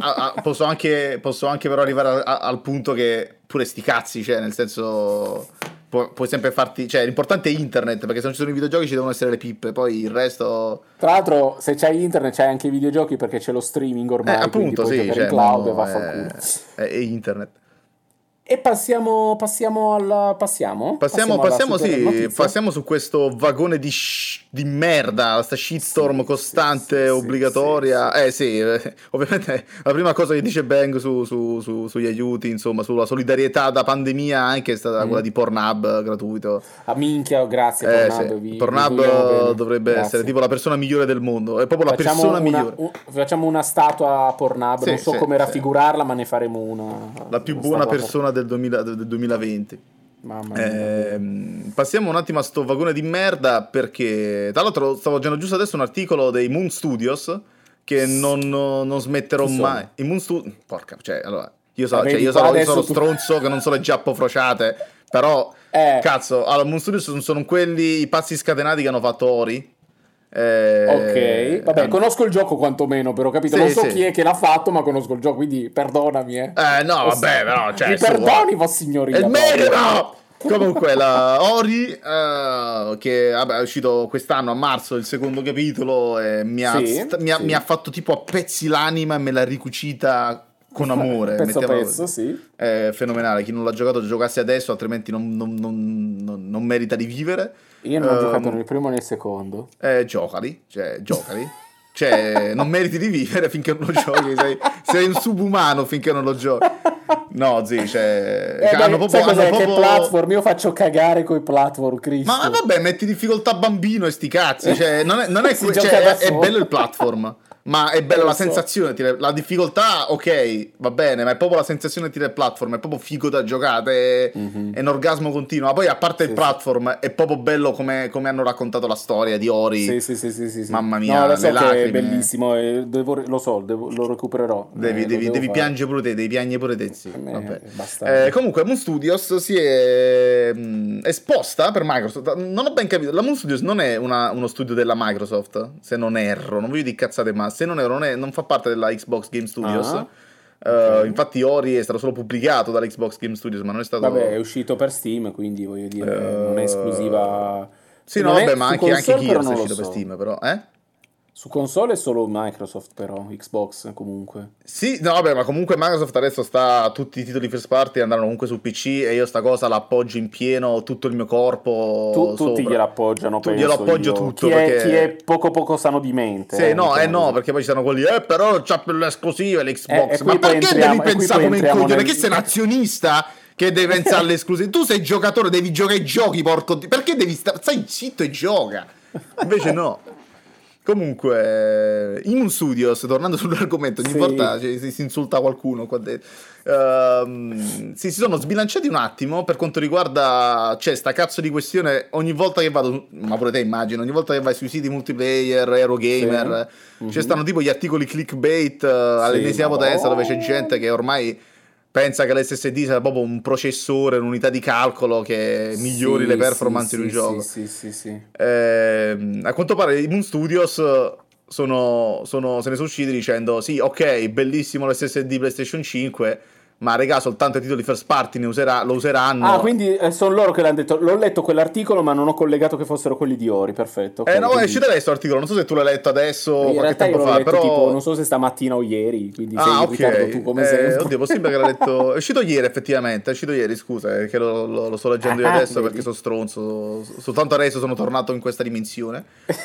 posso anche però arrivare al punto che pure sti cazzi, cioè nel senso puoi sempre farti, cioè l'importante è internet, perché se non ci sono i videogiochi ci devono essere le pippe, poi il resto Tra l'altro, se c'hai internet, c'hai anche i videogiochi perché c'è lo streaming ormai, quindi appunto puoi sì, giocare in cioè cloud e mo vaffanculo. è internet. E passiamo alla... Passiamo? Passiamo, Passiamo alla super sì, notizia? passiamo su questo vagone di merda, sta shitstorm costante, Sì. obbligatoria. Sì, ovviamente la prima cosa che dice Bang sugli aiuti, insomma, sulla solidarietà da pandemia anche è stata quella Mm. di Pornhub gratuito. Ah, minchia, grazie Sì, Pornhub, vi vogliamo Pornhub bene. dovrebbe essere Grazie. tipo la persona migliore del mondo, è proprio la persona migliore. Facciamo una statua a Pornhub, non Sì, so sì, come sì. raffigurarla, ma ne faremo La più una buona statua a Pornhub. persona del 2020. Mamma mia, davvero. Passiamo un attimo a sto vagone di merda perché tra l'altro stavo leggendo giusto adesso un articolo dei Moon Studios che non smetterò Chi mai. sono? I Moon Studios, porca, cioè allora cioè, Vedi qua io sono adesso tu... stronzo che non so le giappo-frociate, però Eh, cazzo, allora Moon Studios sono quelli i pazzi scatenati che hanno fatto Ori. ok. Vabbè, conosco il gioco quantomeno, però, capito? Non Sì, so chi sì. è che l'ha fatto, ma conosco il gioco, quindi perdonami, eh. No, vabbè, però, cioè, Mi su, perdoni, è il vossignoria, meglio, proprio. no! Comunque, la Ori, che vabbè, è uscito quest'anno a marzo il secondo capitolo, e Sì, mi ha sì. fatto tipo a pezzi l'anima e me l'ha ricucita con amore, Pezzo a mettiamola pezzo, così. sì. È fenomenale, chi non l'ha giocato giocasse adesso, altrimenti non merita di vivere. Io non ho giocato nel primo né nel secondo. Giocali, cioè, giocali. Cioè, non meriti di vivere finché non lo giochi, sei un subumano finché non lo giochi. No, zi, cioè, Sai hanno cos'è? Che proprio... platform? Io faccio cagare coi platform, Ma Cristo. vabbè, metti difficoltà bambino e sti cazzi, cioè, non è, Si gioca da è bello il solo. platform, ma è bella Lo la so. sensazione, la difficoltà, ok, va bene, ma è proprio la sensazione di tirare il platform, è proprio figo da giocare, è Mhm. un orgasmo continuo, ma poi a parte il Sì, sì. platform, è proprio bello come hanno raccontato la storia di Ori, Sì. mamma No, lo mia, le so che è lacrime, bellissimo, lo so, lo recupererò, lo devo devi fare. piangere pure te, devi piangere pure te, sì, A me vabbè. è bastardo. Comunque Moon Studios si è esposta per Microsoft. Non ho ben capito. La Moon Studios non è uno studio della Microsoft, se non erro. Non voglio dire cazzate, ma se non erro, non fa parte della Xbox Game Studios. Ah, Ok. Infatti Ori è stato solo pubblicato dall'Xbox Game Studios, ma non è Vabbè, è stato... uscito per Steam, quindi voglio dire, non è eh, esclusiva. Sì, no, Non è vabbè, ma su anche console, però Gears è non lo uscito per so. Steam, però, eh? Su console è solo Microsoft, però, Xbox comunque. Sì, no, vabbè, ma comunque Microsoft adesso sta, tutti i titoli first party andranno comunque su PC e io sta cosa l'appoggio in pieno, tutto il mio corpo Tutti sopra. glielo appoggiano, Glielo penso appoggio io. tutto Chi è perché... poco poco sano di mente, Sì, no, mettiamo no, così. perché poi ci sono quelli, però c'ha per le esclusive E l'Xbox. Ma qui poi perché devi entriamo, e qui pensare poi come un entriamo coglione? nel. Che sei un azionista che devi pensare alle esclusive? Tu sei giocatore, devi giocare ai giochi, porco perché devi stare... Stai zitto e gioca. Invece no. Comunque, in un Studios, tornando sull'argomento, ogni Sì. volta si insulta qualcuno qua dentro. Sì, si sono sbilanciati un attimo per quanto riguarda, c'è sta cazzo di questione ogni volta che vado, ma pure te immagino, ogni volta che vai sui siti multiplayer, Sì. Eurogamer, ci Mhm. stanno tipo gli articoli clickbait Sì, all'ennesima ma potenza dove c'è boh. gente che ormai pensa che l'SSD sia proprio un processore, un'unità di calcolo che migliori le Sì, sì, performance in un sì, sì, gioco. sì, sì, sì. A quanto pare i Moon Studios se ne sono usciti dicendo sì, ok, bellissimo l'SSD PlayStation 5, ma regà, soltanto i titoli first party lo Ah, useranno. quindi sono loro che l'hanno detto. L'ho letto quell'articolo, ma non ho collegato che fossero quelli di Ori. Perfetto, ok, No, è così. uscito adesso l'articolo, non so se tu l'hai letto adesso o In qualche realtà io tempo l'ho fa, letto tipo, non però... so se stamattina o ieri, quindi sei Ah, in ok. ritardo tu come sempre. Oddio, possibile che l'ha letto... È uscito ieri, effettivamente. È uscito ieri, scusa, che lo sto leggendo io Ah, adesso perché vedi? sono stronzo. Soltanto adesso sono tornato in questa dimensione.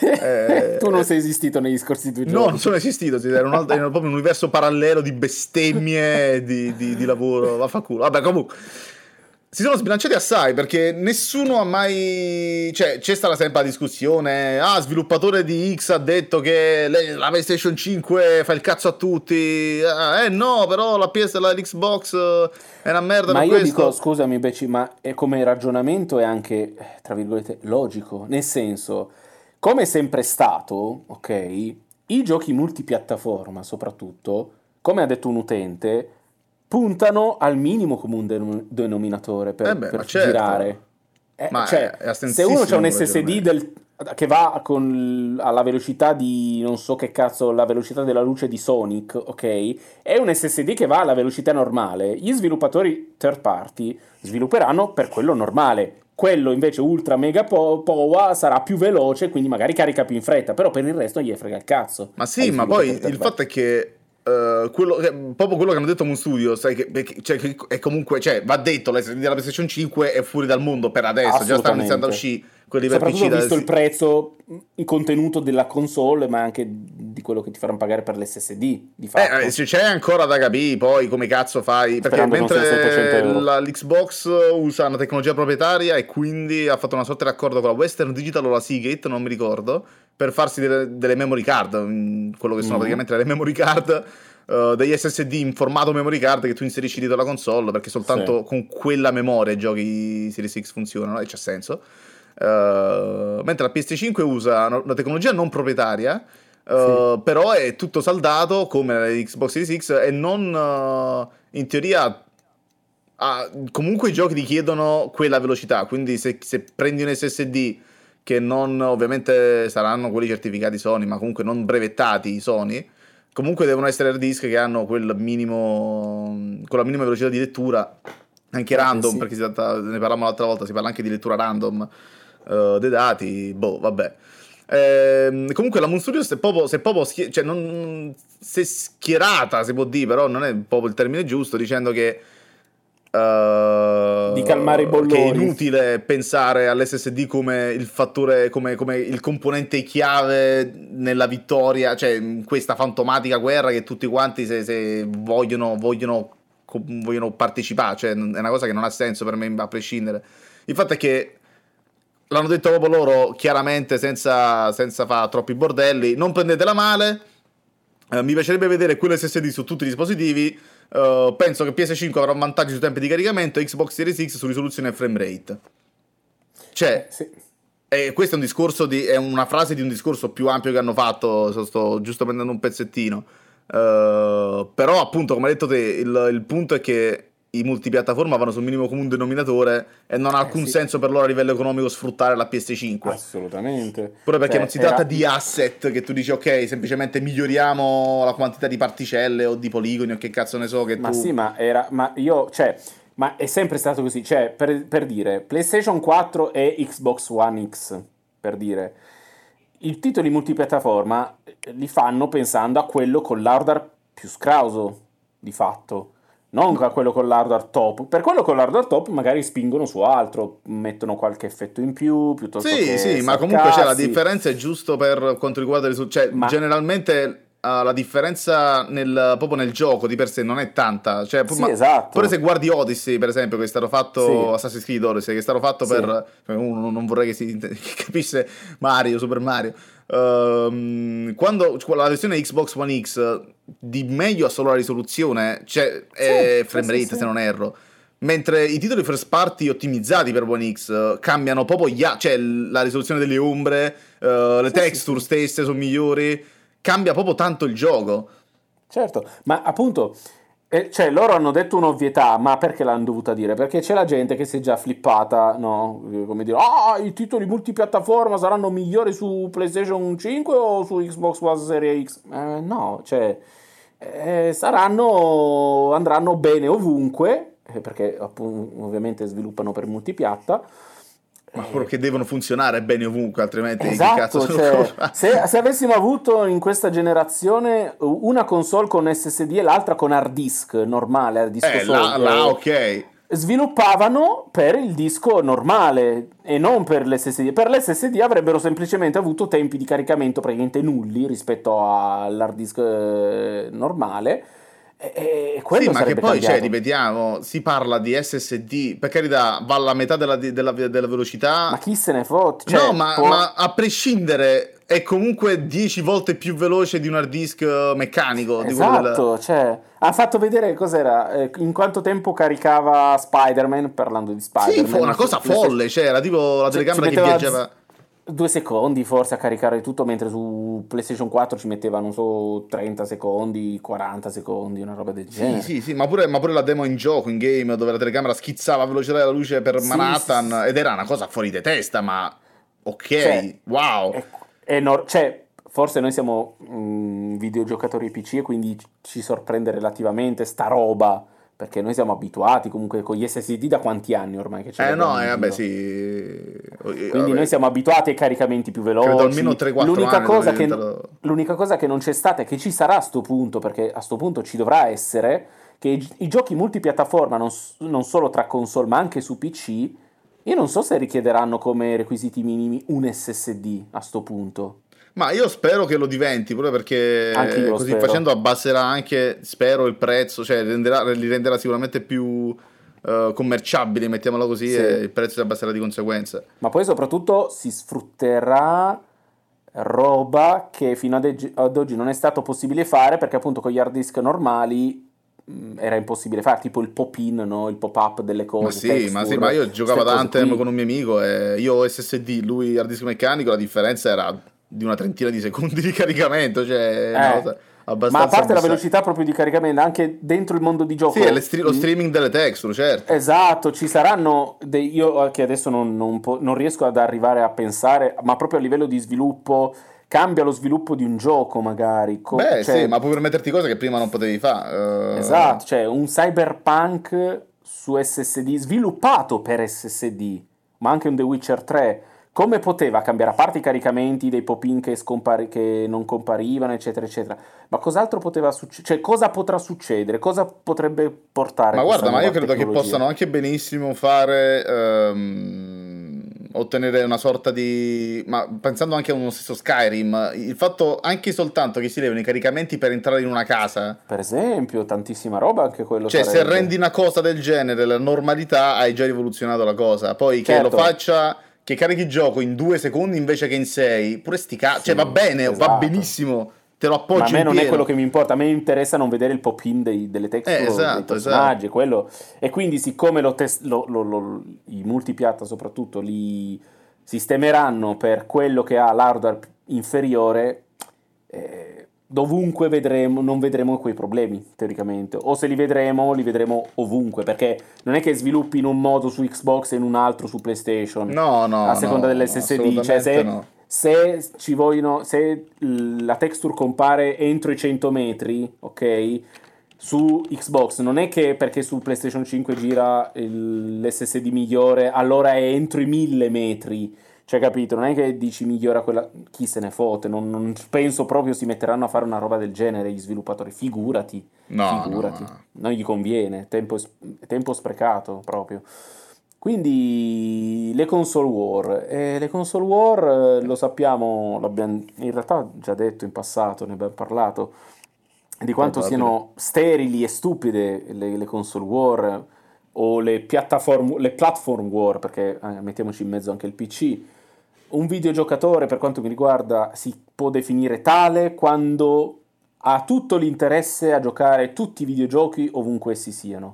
Eh, Tu non sei esistito negli scorsi due No, non giorni. sono esistito, sì, era proprio un universo parallelo di bestemmie e di lavoro. Vaffanculo. Vabbè, comunque. Si sono sbilanciati assai perché nessuno ha mai. Cioè, c'è stata sempre la discussione. Ah, sviluppatore di X ha detto che la PlayStation 5 fa il cazzo a tutti. No, però l'Xbox è una merda Ma per io dico, questo. scusami, Beci, ma come ragionamento è anche, tra virgolette, logico. Nel senso, come è sempre stato, ok, i giochi multipiattaforma, soprattutto, come ha detto un utente, puntano al minimo comune denominatore Eh per, beh, ma per certo. girare. Ma Cioè, ha se uno c'ha sensissimo un come SSD ragionamento. che va alla velocità di, non so che cazzo, la velocità della luce di Sonic, ok? È un SSD che va alla velocità normale. Gli sviluppatori third party svilupperanno per quello normale. Quello invece ultra mega power sarà più veloce, quindi magari carica più in fretta, però per il resto gli frega il cazzo Ma sì, agli ma sviluppatori poi third il fatto party. è che proprio quello che hanno detto Moon Studio, sai cioè, che è comunque, cioè, va detto, l'SSD della PlayStation 5 è fuori dal mondo per adesso, già stanno iniziando a Assolutamente. uscire quelli per PC Soprattutto da, visto il sì. prezzo, il contenuto della console, ma anche di quello che ti faranno pagare per l'SSD, di fatto. C'è ancora da capire poi come cazzo fai, perché Sperando non sia 700 mentre euro. l'Xbox usa una tecnologia proprietaria e quindi ha fatto una sorta di accordo con la Western Digital o la Seagate, non mi ricordo, per farsi delle memory card, quello che sono Mhm. praticamente le memory card, degli SSD in formato memory card che tu inserisci dietro la console, perché Sì. soltanto con quella memoria i giochi Series X funzionano e c'ha senso. Mentre la PS5 usa una tecnologia non proprietaria, Sì. però è tutto saldato come la Xbox Series X e non in teoria comunque i giochi richiedono quella velocità, quindi se prendi un SSD che non ovviamente saranno quelli certificati Sony, ma comunque non brevettati Sony, comunque devono essere hard disk che hanno quel minimo, quella minima velocità di lettura, anche random, Sì. perché ne parlavamo l'altra volta, si parla anche di lettura random dei dati, boh, vabbè. Comunque la Moon Studios se è proprio cioè si è schierata, si può dire, però non è proprio il termine giusto, dicendo Di calmare i che è bollori. inutile pensare all'SSD come il fattore, come il componente chiave nella vittoria, cioè in questa fantomatica guerra che tutti quanti se vogliono partecipare, cioè è una cosa che non ha senso per me a prescindere. Il fatto è che l'hanno detto proprio loro chiaramente senza fare troppi bordelli, non prendetela male, mi piacerebbe vedere quello SSD su tutti i dispositivi. Penso che PS5 avrà un vantaggio sui tempi di caricamento e Xbox Series X su risoluzione e frame rate. Cioè, Sì. questo è un discorso è una frase di un discorso più ampio che hanno fatto. Sto giusto prendendo un pezzettino. Però, appunto, come hai detto te, il punto è che i multipiattaforma vanno sul minimo comune denominatore e non ha alcun Sì, senso per loro a livello economico sfruttare la PS5. assolutamente. Pure perché non Cioè, si tratta di asset che tu dici ok, semplicemente miglioriamo la quantità di particelle o di poligoni o che cazzo ne so che ma sì, tu... ma io, cioè, ma è sempre stato così, cioè, per dire, PlayStation 4 e Xbox One X, per dire, i titoli multipiattaforma li fanno pensando a quello con l'hardware più scrauso, di fatto, non a quello con l'hardware top. Per quello con l'hardware top magari spingono su altro, mettono qualche effetto in più, piuttosto Sì, che sì, ma comunque c'è la staccarsi, differenza è giusto per quanto riguarda le cioè ma generalmente la differenza proprio nel gioco di per sé non è tanta, cioè sì, pure se esatto, guardi Odyssey per esempio che è stato fatto sì, Assassin's Creed Odyssey che è stato fatto sì, per uno non vorrei che che capisse Mario, Super Mario. Quando la versione Xbox One X di meglio a solo la risoluzione, cioè sì, sì, frame sì, rate sì. se non erro. Mentre i titoli first party ottimizzati per One X cambiano proprio cioè la risoluzione delle ombre, le Sì, sì, texture sì. stesse sono migliori, cambia proprio tanto il gioco. Certo, ma appunto, cioè loro hanno detto un'ovvietà, ma perché l'hanno dovuta dire? Perché c'è la gente che si è già flippata, no? Come dire, ah, i titoli multipiattaforma saranno migliori su PlayStation 5 o su Xbox One Series X? No, cioè, andranno bene ovunque, perché appunto, ovviamente sviluppano per multipiatta. Ma proprio Eh, che devono funzionare bene ovunque, altrimenti chi cazzo Esatto, se lo cioè, compra? se avessimo avuto in questa generazione una console con SSD e l'altra con hard disk normale, hard disk Là, ok. sviluppavano per il disco normale e non per l'SSD. Per l'SSD avrebbero semplicemente avuto tempi di caricamento praticamente nulli rispetto all'hard disk normale e Sì, quello ma che sarebbe poi, cioè, cambiato. ripetiamo, si parla di SSD, per carità, va alla metà della Ma velocità. chi se ne fotte? No, Cioè, ma a prescindere è comunque 10 volte più veloce di un hard disk meccanico, di quello del... esatto, cioè, ha fatto vedere cos'era, in quanto tempo caricava Spider-Man, parlando di Sì, Spider-Man una su cosa PlayStation. folle, cioè, era tipo la Ci telecamera che metteva viaggiava... 2 secondi forse a caricare tutto, mentre su PlayStation 4 ci metteva, non so, 30 secondi, 40 secondi, una roba del Sì, genere. sì, sì, ma pure la demo in gioco, in game, dove la telecamera schizzava la velocità della luce per Sì, sì, sì, Manhattan, sì. ed era una cosa fuori di testa, ma... Cioè, Ok, wow. cioè, forse noi siamo videogiocatori PC e quindi ci sorprende relativamente sta roba, perché noi siamo abituati comunque con gli SSD da quanti anni ormai che ce li Eh no, abbiamo in vabbè, giro. sì. Quindi noi Vabbè, siamo abituati ai caricamenti più credo almeno veloci. 3-4 anni dove è diventato... L'unica cosa che non c'è stata e che ci sarà a sto punto, perché a sto punto ci dovrà essere, che i giochi multipiattaforma, non solo tra console ma anche su PC, io non so se richiederanno come requisiti minimi un SSD a sto punto. Ma io spero che lo diventi, proprio Anche io perché lo così facendo spero. abbasserà anche, spero, il prezzo, cioè li renderà sicuramente più commerciabili, mettiamola così, e Sì. il prezzo si abbasserà di conseguenza. Ma poi soprattutto si sfrutterà roba che fino ad oggi non è stato possibile fare perché appunto con gli hard disk normali era impossibile fare, tipo il pop-in, no? Il pop-up delle cose, Ma sì, ma texture, io giocavo queste ad cose Anthem qui. con un mio amico e io SSD, lui hard disk meccanico, la differenza era di una trentina di secondi di caricamento, cioè è una Eh, cosa ma a abbastanza parte la abissale. velocità proprio di caricamento, anche dentro il mondo di Sì, è gioco, lo streaming delle texture, certo. esatto, ci saranno io che adesso non riesco ad arrivare a pensare, ma proprio a livello di sviluppo, cambia lo sviluppo di un gioco magari, Beh, sì, cioè, ma puoi permetterti cose che prima non potevi fare. esatto, cioè un cyberpunk su SSD, sviluppato per SSD, ma anche un The Witcher 3, come poteva cambiare, a parte i caricamenti dei pop-in che non comparivano, eccetera, eccetera, ma cos'altro poteva succedere? Cioè, cosa potrà succedere? Cosa potrebbe portare Ma questa guarda, ma io nuova credo che tecnologia? possano anche benissimo fare, ottenere una sorta di... Ma pensando anche a uno stesso Skyrim, il fatto anche soltanto che si levano i caricamenti per entrare in una casa, Per esempio, tantissima roba anche quello cioè se sarebbe. rendi una cosa del genere la normalità, hai già rivoluzionato la cosa. Poi che lo Certo, faccia, che carichi il gioco in 2 secondi invece che in 6, pure cioè va sì, bene, va esatto. benissimo, te lo Ma a appoggio me in non è quello pieno. che mi importa, a me interessa non vedere il pop-in delle texture dei Esatto, esatto. personaggi, quello. E quindi siccome i multipiatta soprattutto li sistemeranno per quello che ha l'hardware inferiore, dovunque non vedremo quei problemi, teoricamente. O se li vedremo ovunque, perché non è che sviluppi in un modo su Xbox e in un altro su PlayStation, No, a no, seconda no, dell'SSD. Cioè, assolutamente no. se ci vogliono, se la texture compare entro i 100 metri, ok? Su Xbox non è che perché su PlayStation 5 gira l'SSD migliore, allora è entro i 1000 metri. Cioè, capito? Non è che dici migliora quella. Chi se ne fotte? Non penso proprio si metteranno a fare una roba del genere gli sviluppatori. Figurati, No, no, figurati. no. Non gli conviene. Tempo sprecato proprio. Quindi le console war. Le console war lo sappiamo, l'abbiamo in realtà già detto in passato, ne abbiamo parlato, di quanto Probabile. siano sterili e stupide le console war o le platform war, perché mettiamoci in mezzo anche il PC. Un videogiocatore, per quanto mi riguarda, si può definire tale quando ha tutto l'interesse a giocare tutti i videogiochi ovunque essi siano.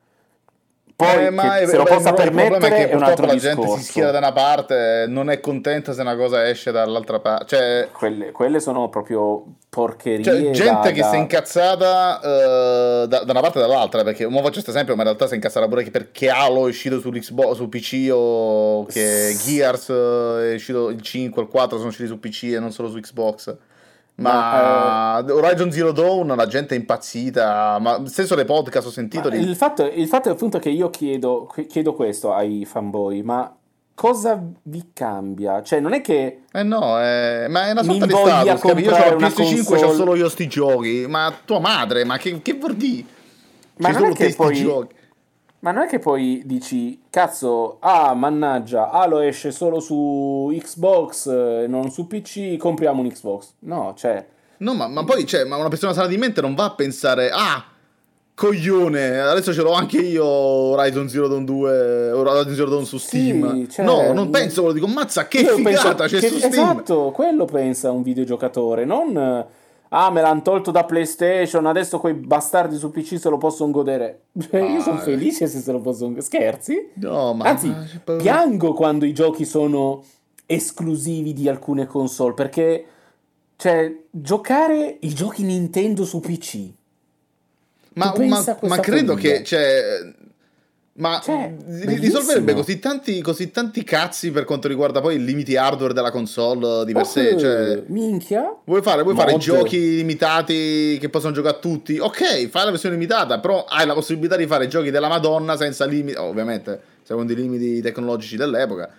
Poi Ma che se lo possa il problema è permettere che è un purtroppo altro la gente si schiera da discorso. una parte, non è contenta se una cosa esce dall'altra parte. Quelle sono proprio Cioè, porcherie gente che si è da. incazzata da una parte e dall'altra, perché ora faccio questo esempio, ma in realtà si è incazzata pure perché Halo è uscito sull'Xbox, su PC o che Gears è uscito il 5, il 4 sono usciti su PC e non solo su Xbox. Ma Ma Horizon Zero Dawn la gente è impazzita, ma stesso nei podcast ho sentito Ma di. il fatto è appunto che io chiedo questo ai fanboy, ma cosa vi cambia? Cioè, non è che Eh no, ma è una mi sorta di invoglia status, capi? Io ho comprare il una PS5, c'ho console, solo io sti giochi, ma tua madre, ma che vuol dire? ma C'hai non è solo te che sti poi, giochi. ma non è che poi dici, cazzo, ah, mannaggia, Halo esce solo su Xbox, non su PC, compriamo un Xbox. No, cioè, No, ma poi, cioè, ma una persona sana di mente non va a pensare, ah, coglione, adesso ce l'ho anche io Horizon Zero Dawn 2, Horizon Zero Dawn su Steam. sì, No, cioè, non penso, lo dico, mazza, che io penso figata c'è che su Steam. esatto, quello pensa un videogiocatore, non ah, me l'hanno tolto da PlayStation, adesso quei bastardi su PC se lo possono godere. Io sono Ah, felice se lo possono godere. Scherzi? no, Anzi, piango quando i giochi sono esclusivi di alcune console, perché cioè giocare i giochi Nintendo su PC. Tu pensa a ma questa credo che, follia? cioè, ma Cioè, risolverebbe bellissimo. così tanti cazzi per quanto riguarda poi i limiti hardware della console di per sé. Cioè, Minchia. vuoi fare Mod. giochi limitati che possono giocare tutti? Ok, fai la versione limitata, però hai la possibilità di fare giochi della Madonna senza limiti, ovviamente, secondo i limiti tecnologici dell'epoca.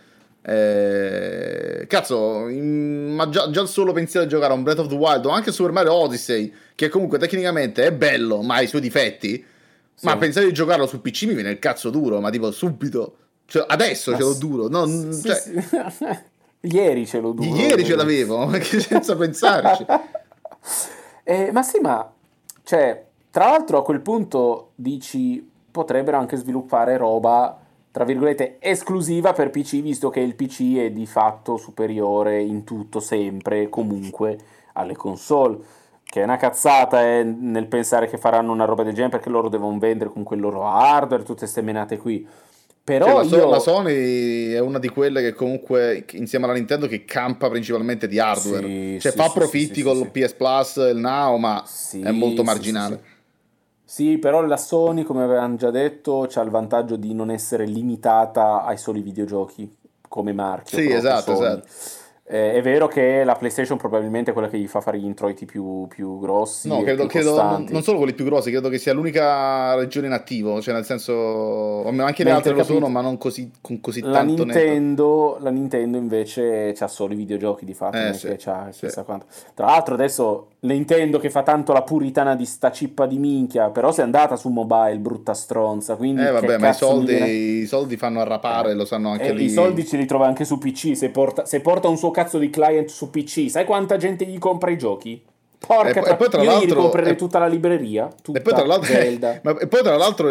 Cazzo, ma già il solo pensiero di giocare a un Breath of the Wild o anche Super Mario Odyssey, che comunque tecnicamente è bello, ma ha i suoi difetti. Ma Sì. pensare di giocarlo su PC mi viene il cazzo duro, ma tipo subito. Cioè, adesso Ma ce l'ho duro. No, sì, cioè, sì. Ieri ce l'ho di duro. ieri ce l'avevo, perché senza pensarci. Ma sì, ma cioè, tra l'altro a quel punto dici potrebbero anche sviluppare roba, tra virgolette, esclusiva per PC, visto che il PC è di fatto superiore in tutto, sempre, comunque, alle console. Che è una cazzata nel pensare che faranno una roba del genere perché loro devono vendere con quel loro hardware, tutte queste menate qui. Cioè, Però la io. Sony è una di quelle che comunque, insieme alla Nintendo, che campa principalmente di hardware. Sì, Cioè, sì, fa sì, sì, sì, profitti sì, col sì. PS Plus e il Now, ma è molto Sì, sì, sì, sì. marginale. Sì, però la Sony, come avevamo già detto, c'ha il vantaggio di non essere limitata ai soli videogiochi, come marchio Sì, proprio esatto, Sony. esatto. È vero che la PlayStation probabilmente è quella che gli fa fare gli introiti più grossi No, e più credo non costanti. solo quelli più grossi, credo che sia l'unica regione in attivo, cioè nel senso, o almeno anche le altre Mentre lo sono, capito, ma non così, con così La tanto netto. Nintendo, la Nintendo invece c'ha solo i videogiochi di fatto, non è Sì, che c'ha sì. chissà quanto. Tra l'altro adesso Nintendo che fa tanto la puritana di sta cippa di minchia, però si è andata su mobile, brutta stronza, quindi che Vabbè, ma cazzo mi viene. i soldi fanno Eh, arrapare, lo sanno anche I soldi lì. ce li trova anche su PC, se porta un suo cazzo di client su PC, sai quanta gente gli compra i giochi? Porca E poi tra io gli l'altro, ricomprerei tutta la libreria, e poi tra tutta, l'altro, Zelda. e poi tra l'altro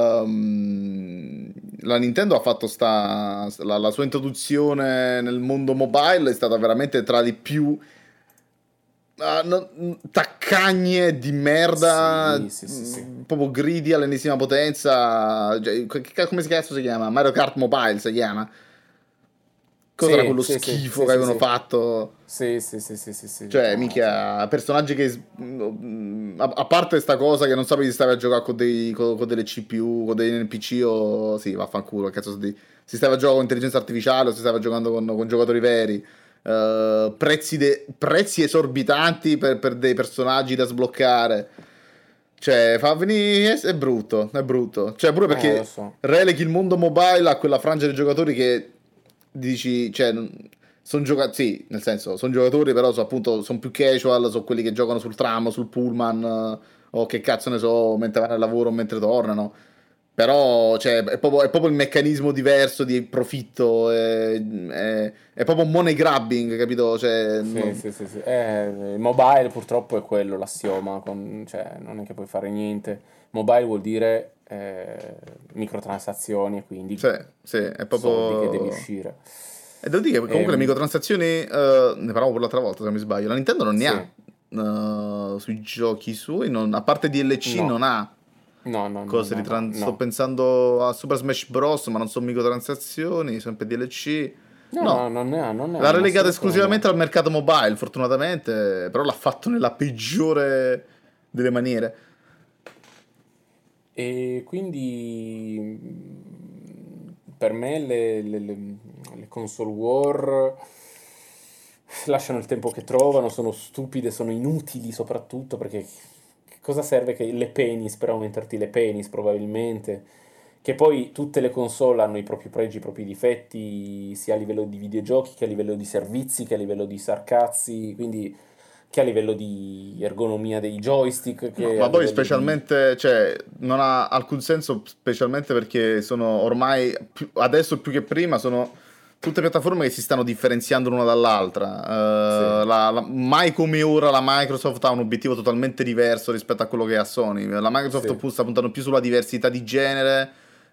la Nintendo ha fatto la sua introduzione nel mondo mobile è stata veramente tra le più taccagne di merda, Sì, sì, sì, sì. proprio gridi all'ennesima potenza. Cioè, come si chiama? Mario Kart Mobile si chiama. Cos'era Sì, quello sì, sì, schifo sì, che sì, avevano sì. fatto? Sì, sì, sì, sì, sì, sì, Cioè, no, cioè. mica personaggi che a parte sta cosa che non sapevi se stavi a giocare con delle CPU, con dei NPC o sì, vaffanculo, che cazzo si stava a giocare con intelligenza artificiale o si stava giocando con giocatori veri. Prezzi esorbitanti per dei personaggi da sbloccare. Cioè, fa venire. È brutto, è brutto. Cioè, pure Lo perché so. releghi il mondo mobile a quella frangia di giocatori che dici, cioè, sono giocatori, sì, nel senso, sono giocatori, però appunto, sono più casual, sono quelli che giocano sul tram, sul pullman, o che cazzo ne so, mentre vanno al lavoro o mentre tornano. Però, cioè, è proprio il meccanismo diverso di profitto, è proprio money grabbing, capito? Cioè, Sì, sì, sì, sì. Il mobile purtroppo è quello, l'assioma, cioè non è che puoi fare niente. Mobile vuol dire microtransazioni e quindi sì, sì, è soldi che devi proprio. uscire. E devo dire che comunque le Ehm, microtransazioni, ne parlavo per l'altra volta se non mi sbaglio, la Nintendo non ne sì, ha sui giochi suoi, a parte DLC no, non ha no, no, no, cose no, no, sto no. pensando a Super Smash Bros, ma non sono microtransazioni, sempre DLC. No, no, No, non ne ha, l'ha in relegato assoluto non ne ha. esclusivamente al mercato mobile, fortunatamente, però l'ha fatto nella peggiore delle maniere. E quindi per me le console war lasciano il tempo che trovano, sono stupide, sono inutili soprattutto perché che cosa serve che le penis per aumentarti le penis probabilmente? Che poi tutte le console hanno i propri pregi, i propri difetti, sia a livello di videogiochi che a livello di servizi, che a livello di sarcazzi, quindi che a livello di ergonomia dei joystick, No, che a ma poi livello di. specialmente, cioè, non ha alcun senso, specialmente perché sono ormai, adesso più che prima, sono tutte piattaforme che si stanno differenziando l'una Sì, dall'altra. Mai come ora la Microsoft ha un obiettivo totalmente diverso rispetto a quello che ha Sony. La Microsoft sì. sta puntando più sulla diversità di genere,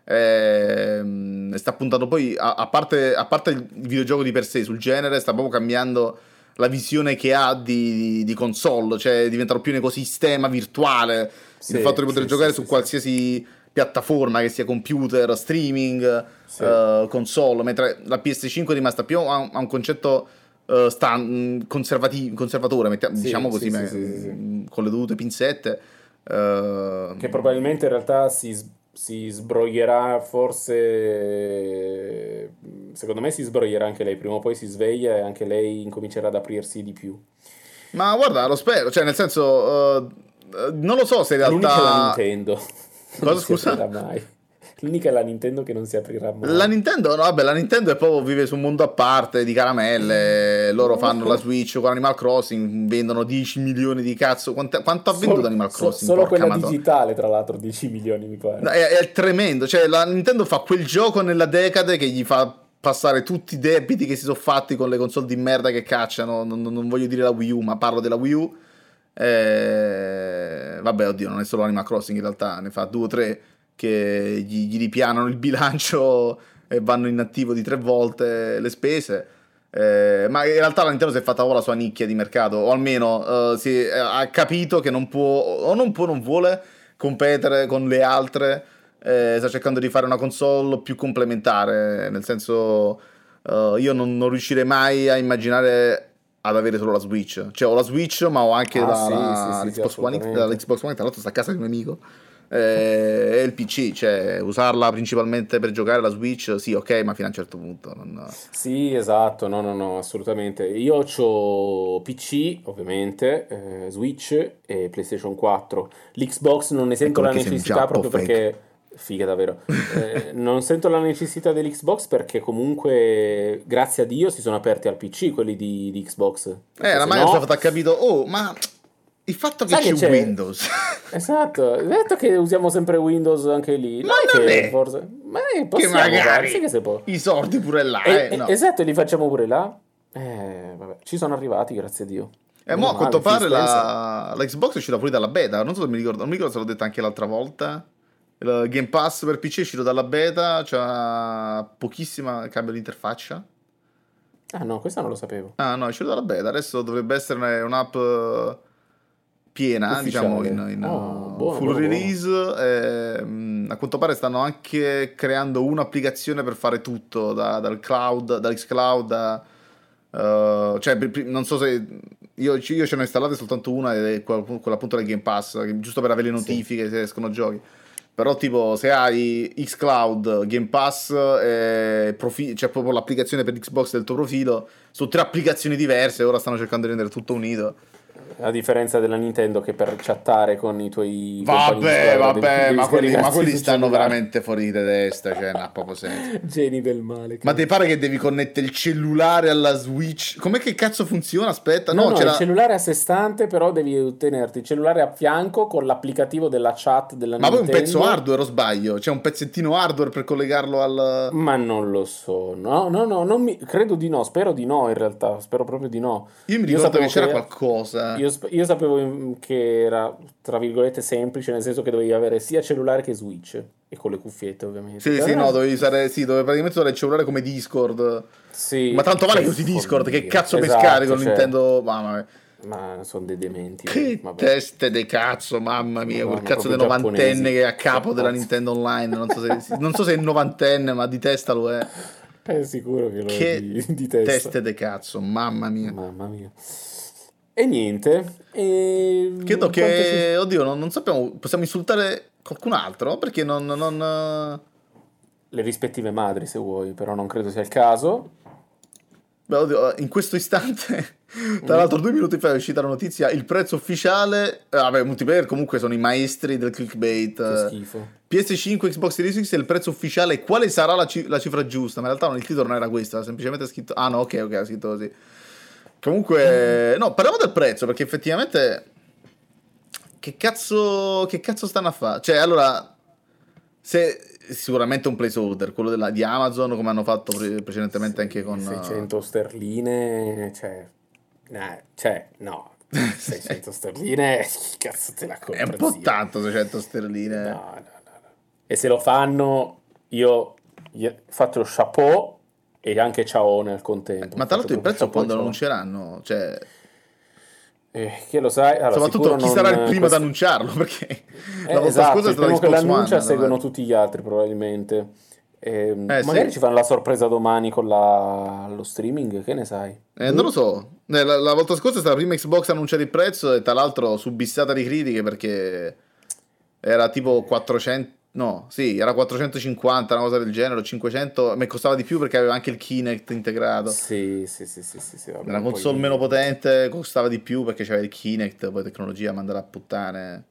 e sta puntando poi, a parte il videogioco di per sé, sul genere, sta proprio cambiando la visione che ha di console, cioè diventano più un ecosistema virtuale, il fatto Sì, di poter sì, sì, giocare su sì, sì, qualsiasi piattaforma, che sia computer, streaming, sì, console, mentre la PS5 è rimasta più a un concetto conservatore, sì, diciamo così, sì, sì, sì, sì, sì. con le dovute pinzette. Che probabilmente in realtà si sbroglierà, forse, secondo me si sbroglierà anche lei, prima o poi si sveglia e anche lei incomincerà ad aprirsi di più. Ma guarda, lo spero, cioè nel senso, non lo so se in L'unica è la realtà. Nintendo, che non Cosa si aprirà scusa? mai. L'unica è la Nintendo che non si aprirà La mai. Nintendo, no, vabbè, la Nintendo è proprio vive su un mondo a parte di caramelle. Loro fanno la Switch con Animal Crossing, vendono 10 milioni di cazzo. Quanto ha venduto Animal Crossing? Solo Porca quella madonna. digitale, tra l'altro, 10 milioni mi No, pare. è tremendo. Cioè, la Nintendo fa quel gioco nella decade che gli fa passare tutti i debiti che si sono fatti con le console di merda che cacciano. Non voglio dire la Wii U, ma parlo della Wii U. Vabbè, oddio, non è solo Animal Crossing in realtà, ne fa due o tre che gli ripianano il bilancio e vanno in attivo di 3 volte le spese. Ma in realtà la Nintendo si è fatta ora la sua nicchia di mercato, o almeno ha capito che non può, o non può, non vuole competere con le altre. Sta cercando di fare una console più complementare, nel senso, io non riuscirei mai a immaginare ad avere solo la Switch. Cioè, ho la Switch, ma ho anche Ah, sì, sì, sì, sì, l'Xbox One X, assolutamente. l'Xbox One, tra l'altro sta a casa di un mio amico. E il PC, cioè, usarla principalmente per giocare la Switch, sì, ok, ma fino a un certo punto. Sì, esatto, no, no, no, assolutamente. Io ho PC, ovviamente, Switch e PlayStation 4. L'Xbox non ne Ecco sento la perché sei un necessità giappo proprio fake. perché. Figa davvero. Non sento la necessità dell'Xbox perché comunque, grazie a Dio, si sono aperti al PC quelli di Xbox. Perché La se Microsoft no. ha capito, oh, ma il fatto che Sai che c'è c'è? Windows, Esatto, detto che usiamo sempre Windows anche lì, ma non è non che è forse. Ma che possiamo fare, sì magari che si può. i soldi pure là, no. Esatto, li facciamo pure là. Vabbè, ci sono arrivati, grazie a Dio. E mo Meno a quanto male, Phil pare Spencer. la Xbox è uscita fuori dalla beta, non so se mi ricordo, non mi ricordo se l'ho detto anche l'altra volta. Il Game Pass per PC è uscito dalla beta, c'ha pochissima cambio di interfaccia. Ah no, questa non lo sapevo. Ah no, è uscito dalla beta, adesso dovrebbe essere un'app piena, diciamo, in, Ufficiale. in, Oh, uh, buono, full buono, buono. release. a quanto pare stanno anche creando un'applicazione per fare tutto, dal cloud, dall'xCloud, cioè, non so se... Io ce ne ho installate soltanto una, ed è quella appunto del Game Pass, giusto per avere le Sì. notifiche se escono giochi. Però tipo se hai xCloud, Game Pass, c'è proprio l'applicazione per Xbox del tuo profilo, su 3 applicazioni diverse, ora stanno cercando di rendere tutto unito. A differenza della Nintendo che per chattare con i tuoi compagni di Vabbè, squadra vabbè, devi ma scaricarti quelli sul stanno cellulare. veramente fuori di testa, cioè, non ha proprio senso. Geni del male, Ma ti cazzo. pare che devi connettere il cellulare alla Switch? Com'è che cazzo funziona? Aspetta, No, no, no, il c'era... cellulare a sé stante, però devi tenerti il cellulare a fianco con l'applicativo della chat della Ma poi un pezzo Nintendo. hardware o sbaglio? C'è un pezzettino hardware per collegarlo al... Ma non lo so, no, no, no, credo di no, spero di no in realtà, spero proprio di no. Io mi Io ricordo che sapevo c'era che, qualcosa. io sapevo che era, tra virgolette, semplice, nel senso che dovevi avere sia cellulare che Switch, e con le cuffiette ovviamente. Sì, Però sì, no, era- dovevi usare... Sì, dove praticamente usare il cellulare come Discord. Ma Sì, tanto vale che che usi Discord, che follia, cazzo pescare esatto, con cioè, Nintendo... Mamma mia. ma sono dei dementi, Che vabbè, teste de cazzo, mamma mia, quel ma cazzo di proprio novantenne giapponesi, che è a che capo della cazzo. Nintendo Online, non so se è novantenne, ma di testa lo è. È sicuro che lo è Che di testa. teste de cazzo, mamma mia. Mamma mia. E niente, Credo quanto ci... che, oddio, non sappiamo, possiamo insultare qualcun altro? Perché Le rispettive madri, se vuoi, però non credo sia il caso. beh, oddio, in questo istante, tra Mm, l'altro 2 minuti fa è uscita la notizia, il prezzo ufficiale, vabbè, multiplayer comunque sono i maestri del clickbait. che schifo. PS5, Xbox Series X e il prezzo ufficiale, quale sarà la cifra giusta? Ma in realtà il titolo non era questo, era semplicemente scritto... Ah no, ok, era scritto così. Comunque, no, parliamo del prezzo, perché effettivamente... che cazzo stanno a fare? Cioè, allora, se sicuramente un placeholder, quello di Amazon, come hanno fatto precedentemente anche Sì, con... 600 sterline, no, 600 sterline, chi cazzo te la è un compra, po' zio? tanto 600 No, sterline. no, no, no. E se lo fanno, io faccio chapeau e anche ciao nel contempo. Ma tra Faccio l'altro il proprio prezzo chapeau e quando lo ciao. annunceranno? Cioè, Che lo sai, allora soprattutto sicuro chi sarà il non primo ad questo. annunciarlo? Perché la volta scorsa Esatto, è il stata primo che Xbox l'annuncia One. seguono tutti gli altri probabilmente. Sì. Magari ci fanno la sorpresa domani con lo streaming, che ne sai? Non lo Boh. so. La volta scorsa è stata la prima Xbox a annunciare il prezzo e tra l'altro subissata di critiche perché era tipo 400. No, sì, era 450, una cosa del genere, o 500, ma costava di più perché aveva anche il Kinect integrato. Sì, sì, sì, sì, sì, sì, Una vabbè, console meno poi... potente costava di più perché c'aveva il Kinect, poi tecnologia mandare a puttane.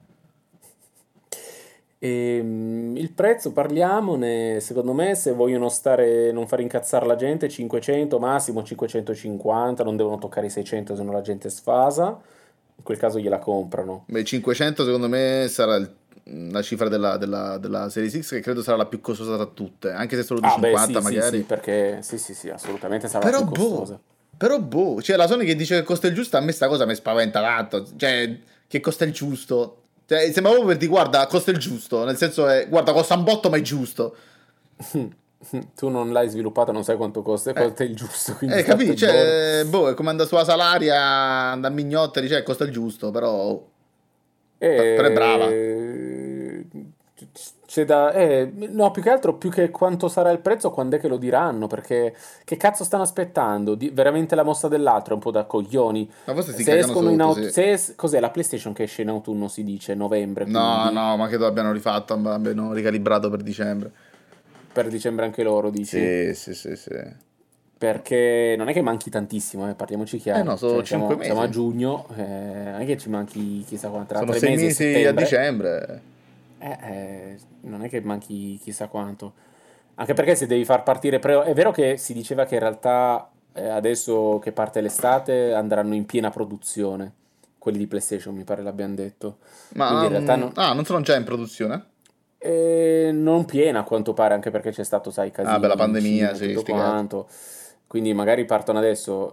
Il prezzo, parliamone, secondo me se vogliono stare, non far incazzare la gente, 500, massimo 550, non devono toccare i 600 se no la gente sfasa, in quel caso gliela comprano. Beh, 500 secondo me sarà la cifra della Series X che credo sarà la più costosa tra tutte, anche se solo di Ah, beh, 50 sì, sì, sì, magari. perché sì, sì, sì, assolutamente sarà la Però più boh, costosa. però boh, cioè la Sony che dice che costa il giusto, a me sta cosa mi spaventa tanto, cioè che costa il giusto. Cioè, sembra proprio per dire, guarda, costa il giusto, nel senso è, guarda, costa un botto ma è giusto. Tu non l'hai sviluppata, non sai quanto costa, e Eh, costa il giusto, quindi state capì? buoni. Cioè, boh, è come andare sulla Salaria, da mignotte, dice, costa il giusto, però, però è brava. E... C'è da... no, più che altro, più che quanto sarà il prezzo, quando è che lo diranno? Perché che cazzo stanno aspettando? Veramente la mossa dell'altro è un po' da coglioni. Ma forse si Se cagano escono in sotto, autunno... sì. Cos'è la PlayStation che esce in autunno, si dice, novembre, No, quindi no, ma credo abbiano rifatto, abbiano ricalibrato per dicembre. per dicembre anche loro, dici? Sì, sì, sì, sì. Perché non è che manchi tantissimo, parliamoci Eh no, chiaro. sono Cioè, 5 siamo a mesi. giugno, non è che ci manchi chissà quanto, tra Sono tre sei mesi e mesi a settembre. dicembre. Non è che manchi chissà quanto. Anche perché se devi far partire... È vero che si diceva che in realtà adesso che parte l'estate andranno in piena produzione. Quelli di PlayStation, mi pare l'abbiano detto. Quindi Ma in realtà no- non sono già in produzione? non piena a quanto pare, anche perché c'è stato, sai, Ah, beh, la casini in pandemia, Cina e sì, tutto sti cazzi. quanto. Quindi magari partono adesso,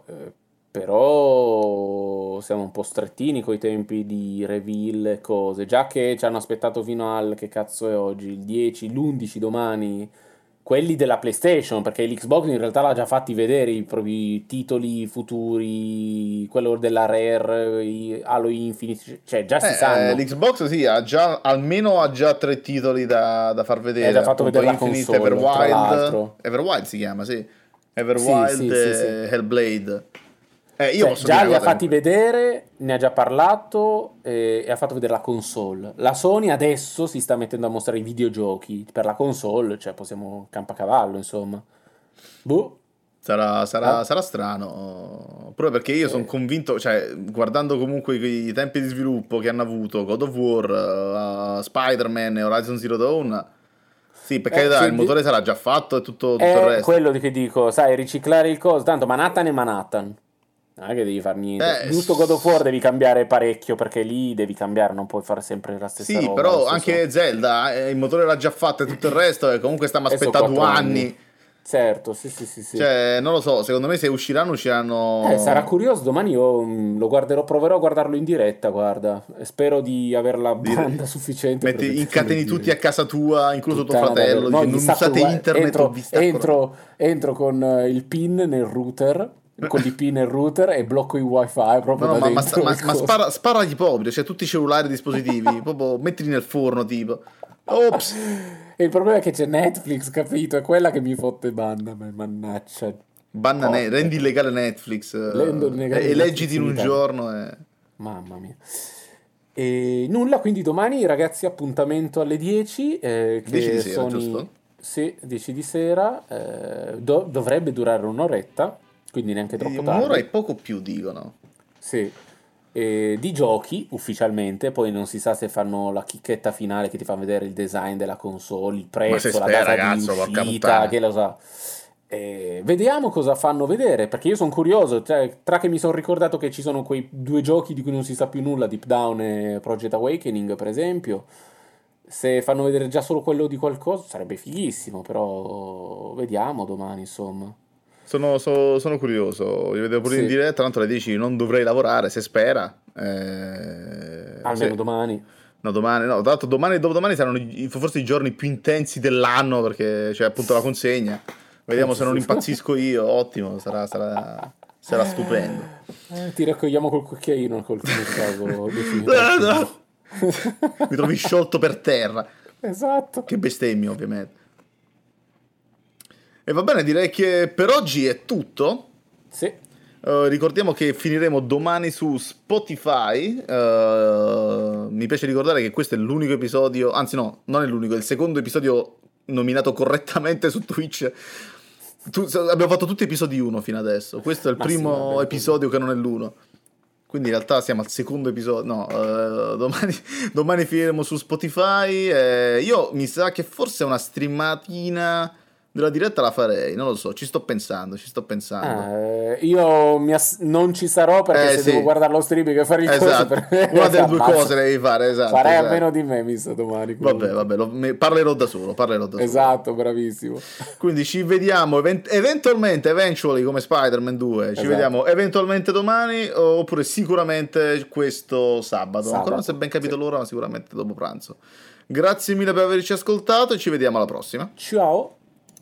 però siamo un po' strettini coi tempi di reveal e cose. Già che ci hanno aspettato fino al, che cazzo è oggi, il 10, l'11 domani, quelli della PlayStation, perché l'Xbox in realtà l'ha già fatti vedere i propri titoli futuri, quello della Rare, Halo Infinite, cioè già si sanno. L'Xbox sì, ha già 3 titoli da far È vedere, già fatto appunto vedere la Infinite, console, tra l'altro. Everwild si chiama, sì, Sì, Everwild sì, sì, sì. e Hellblade. Io Cioè, posso dire già una li ha cosa fatti comunque. vedere, ne ha già parlato e ha fatto vedere la console. La Sony adesso si sta mettendo a mostrare i videogiochi per la console, cioè possiamo campacavallo, insomma. Boh. Ah, Sarà strano, proprio perché io sono eh, convinto, cioè, guardando comunque i tempi di sviluppo che hanno avuto God of War, Spider-Man e Horizon Zero Dawn, sì, per carità, il sì, motore sarà già fatto e tutto il è resto. quello di che dico, sai, riciclare il coso, tanto Manhattan è Manhattan. Non è che devi fare niente. Giusto God of War devi cambiare parecchio perché lì devi cambiare, non puoi fare sempre la stessa Sì, roba, lo però stesso. anche Zelda, il motore l'ha già fatto e tutto il resto, e comunque stiamo E sono aspettando due 4 anni. anni. Certo, sì, sì, sì, sì. Cioè, non lo so, secondo me se usciranno, Sarà usciranno. curioso, domani io lo guarderò, proverò a guardarlo in diretta, guarda. E spero di avere la Dire- banda sufficiente per vederlo in Incateni tutti a diretta. casa tua, incluso tuo Puttana davvero. fratello, No, dice gli non stacco, usate internet o vi stacco la. entro con il pin nel router, con l'IP nel router e blocco il wifi No, proprio no, da dentro il ma coso. sparagli proprio, cioè tutti i cellulari, i dispositivi, proprio mettili nel forno, tipo. Ops, E il problema è che c'è Netflix, capito? È quella che mi fotte banna, mannaggia. Porca rendi troia. illegale Netflix, Lendo il negare e di leggiti Netflix in in un Italia. giorno. Mamma mia. E nulla, quindi domani ragazzi appuntamento alle 10 10 di che sera, Sony, giusto? sì, 10 di sera, dovrebbe durare un'oretta, quindi neanche troppo Un'ora e tardi. poco più, dicono. Sì. Di giochi ufficialmente, poi non si sa se fanno la chicchetta finale che ti fa vedere il design della console, il Ma se prezzo, la spera, data di ragazzo, porca uscita, puttana. che lo sa. Vediamo cosa fanno vedere, perché io sono curioso, cioè, tra che mi sono ricordato che ci sono quei 2 giochi di cui non si sa più nulla, Deep Down e Project Awakening, per esempio. Se fanno vedere già solo quello di qualcosa sarebbe fighissimo, però vediamo domani, insomma. Sono curioso, li vedo pure in Sì, diretta, tanto alle 10 non dovrei lavorare, se spera. Sì. almeno domani. No, domani, no, tanto domani e dopodomani saranno forse i giorni più intensi dell'anno perché c'è appunto la consegna. Vediamo se non impazzisco io, ottimo, sarà stupendo. Ti raccogliamo col cucchiaino nel caso decidi Ah, troppo giù. no! Mi trovi sciolto per terra. Esatto. Che bestemmio, ovviamente. E va bene, direi che per oggi è tutto. Sì, Ricordiamo che finiremo domani su Spotify. Mi piace ricordare che questo è l'unico episodio, anzi no, non è l'unico, è il secondo episodio nominato correttamente su Twitch. Abbiamo fatto tutti episodi 1 fino adesso. Questo è il ma sì, va primo bene così. episodio che non è l'1. Quindi in realtà siamo al secondo episodio. No, domani finiremo su Spotify. Io mi sa che forse una streamatina della diretta la farei. Non lo so, ci sto pensando, ci sto pensando. Io non ci sarò perché se devo Sì, guardare lo streaming e fare il coso esatto. per me Una si delle due ammazza. cose devi fare, esatto, Farai a esatto. meno di me, mi sa domani Vabbè, comunque. vabbè, parlerò da solo, parlerò da solo. Esatto, bravissimo. Quindi ci vediamo eventualmente, eventually, come Spider-Man 2, ci Esatto. vediamo eventualmente domani oppure sicuramente questo sabato. Ancora non si è Sabato. ben Sì. capito l'ora, ma sicuramente dopo pranzo. Grazie mille per averci ascoltato e ci vediamo alla prossima. Ciao.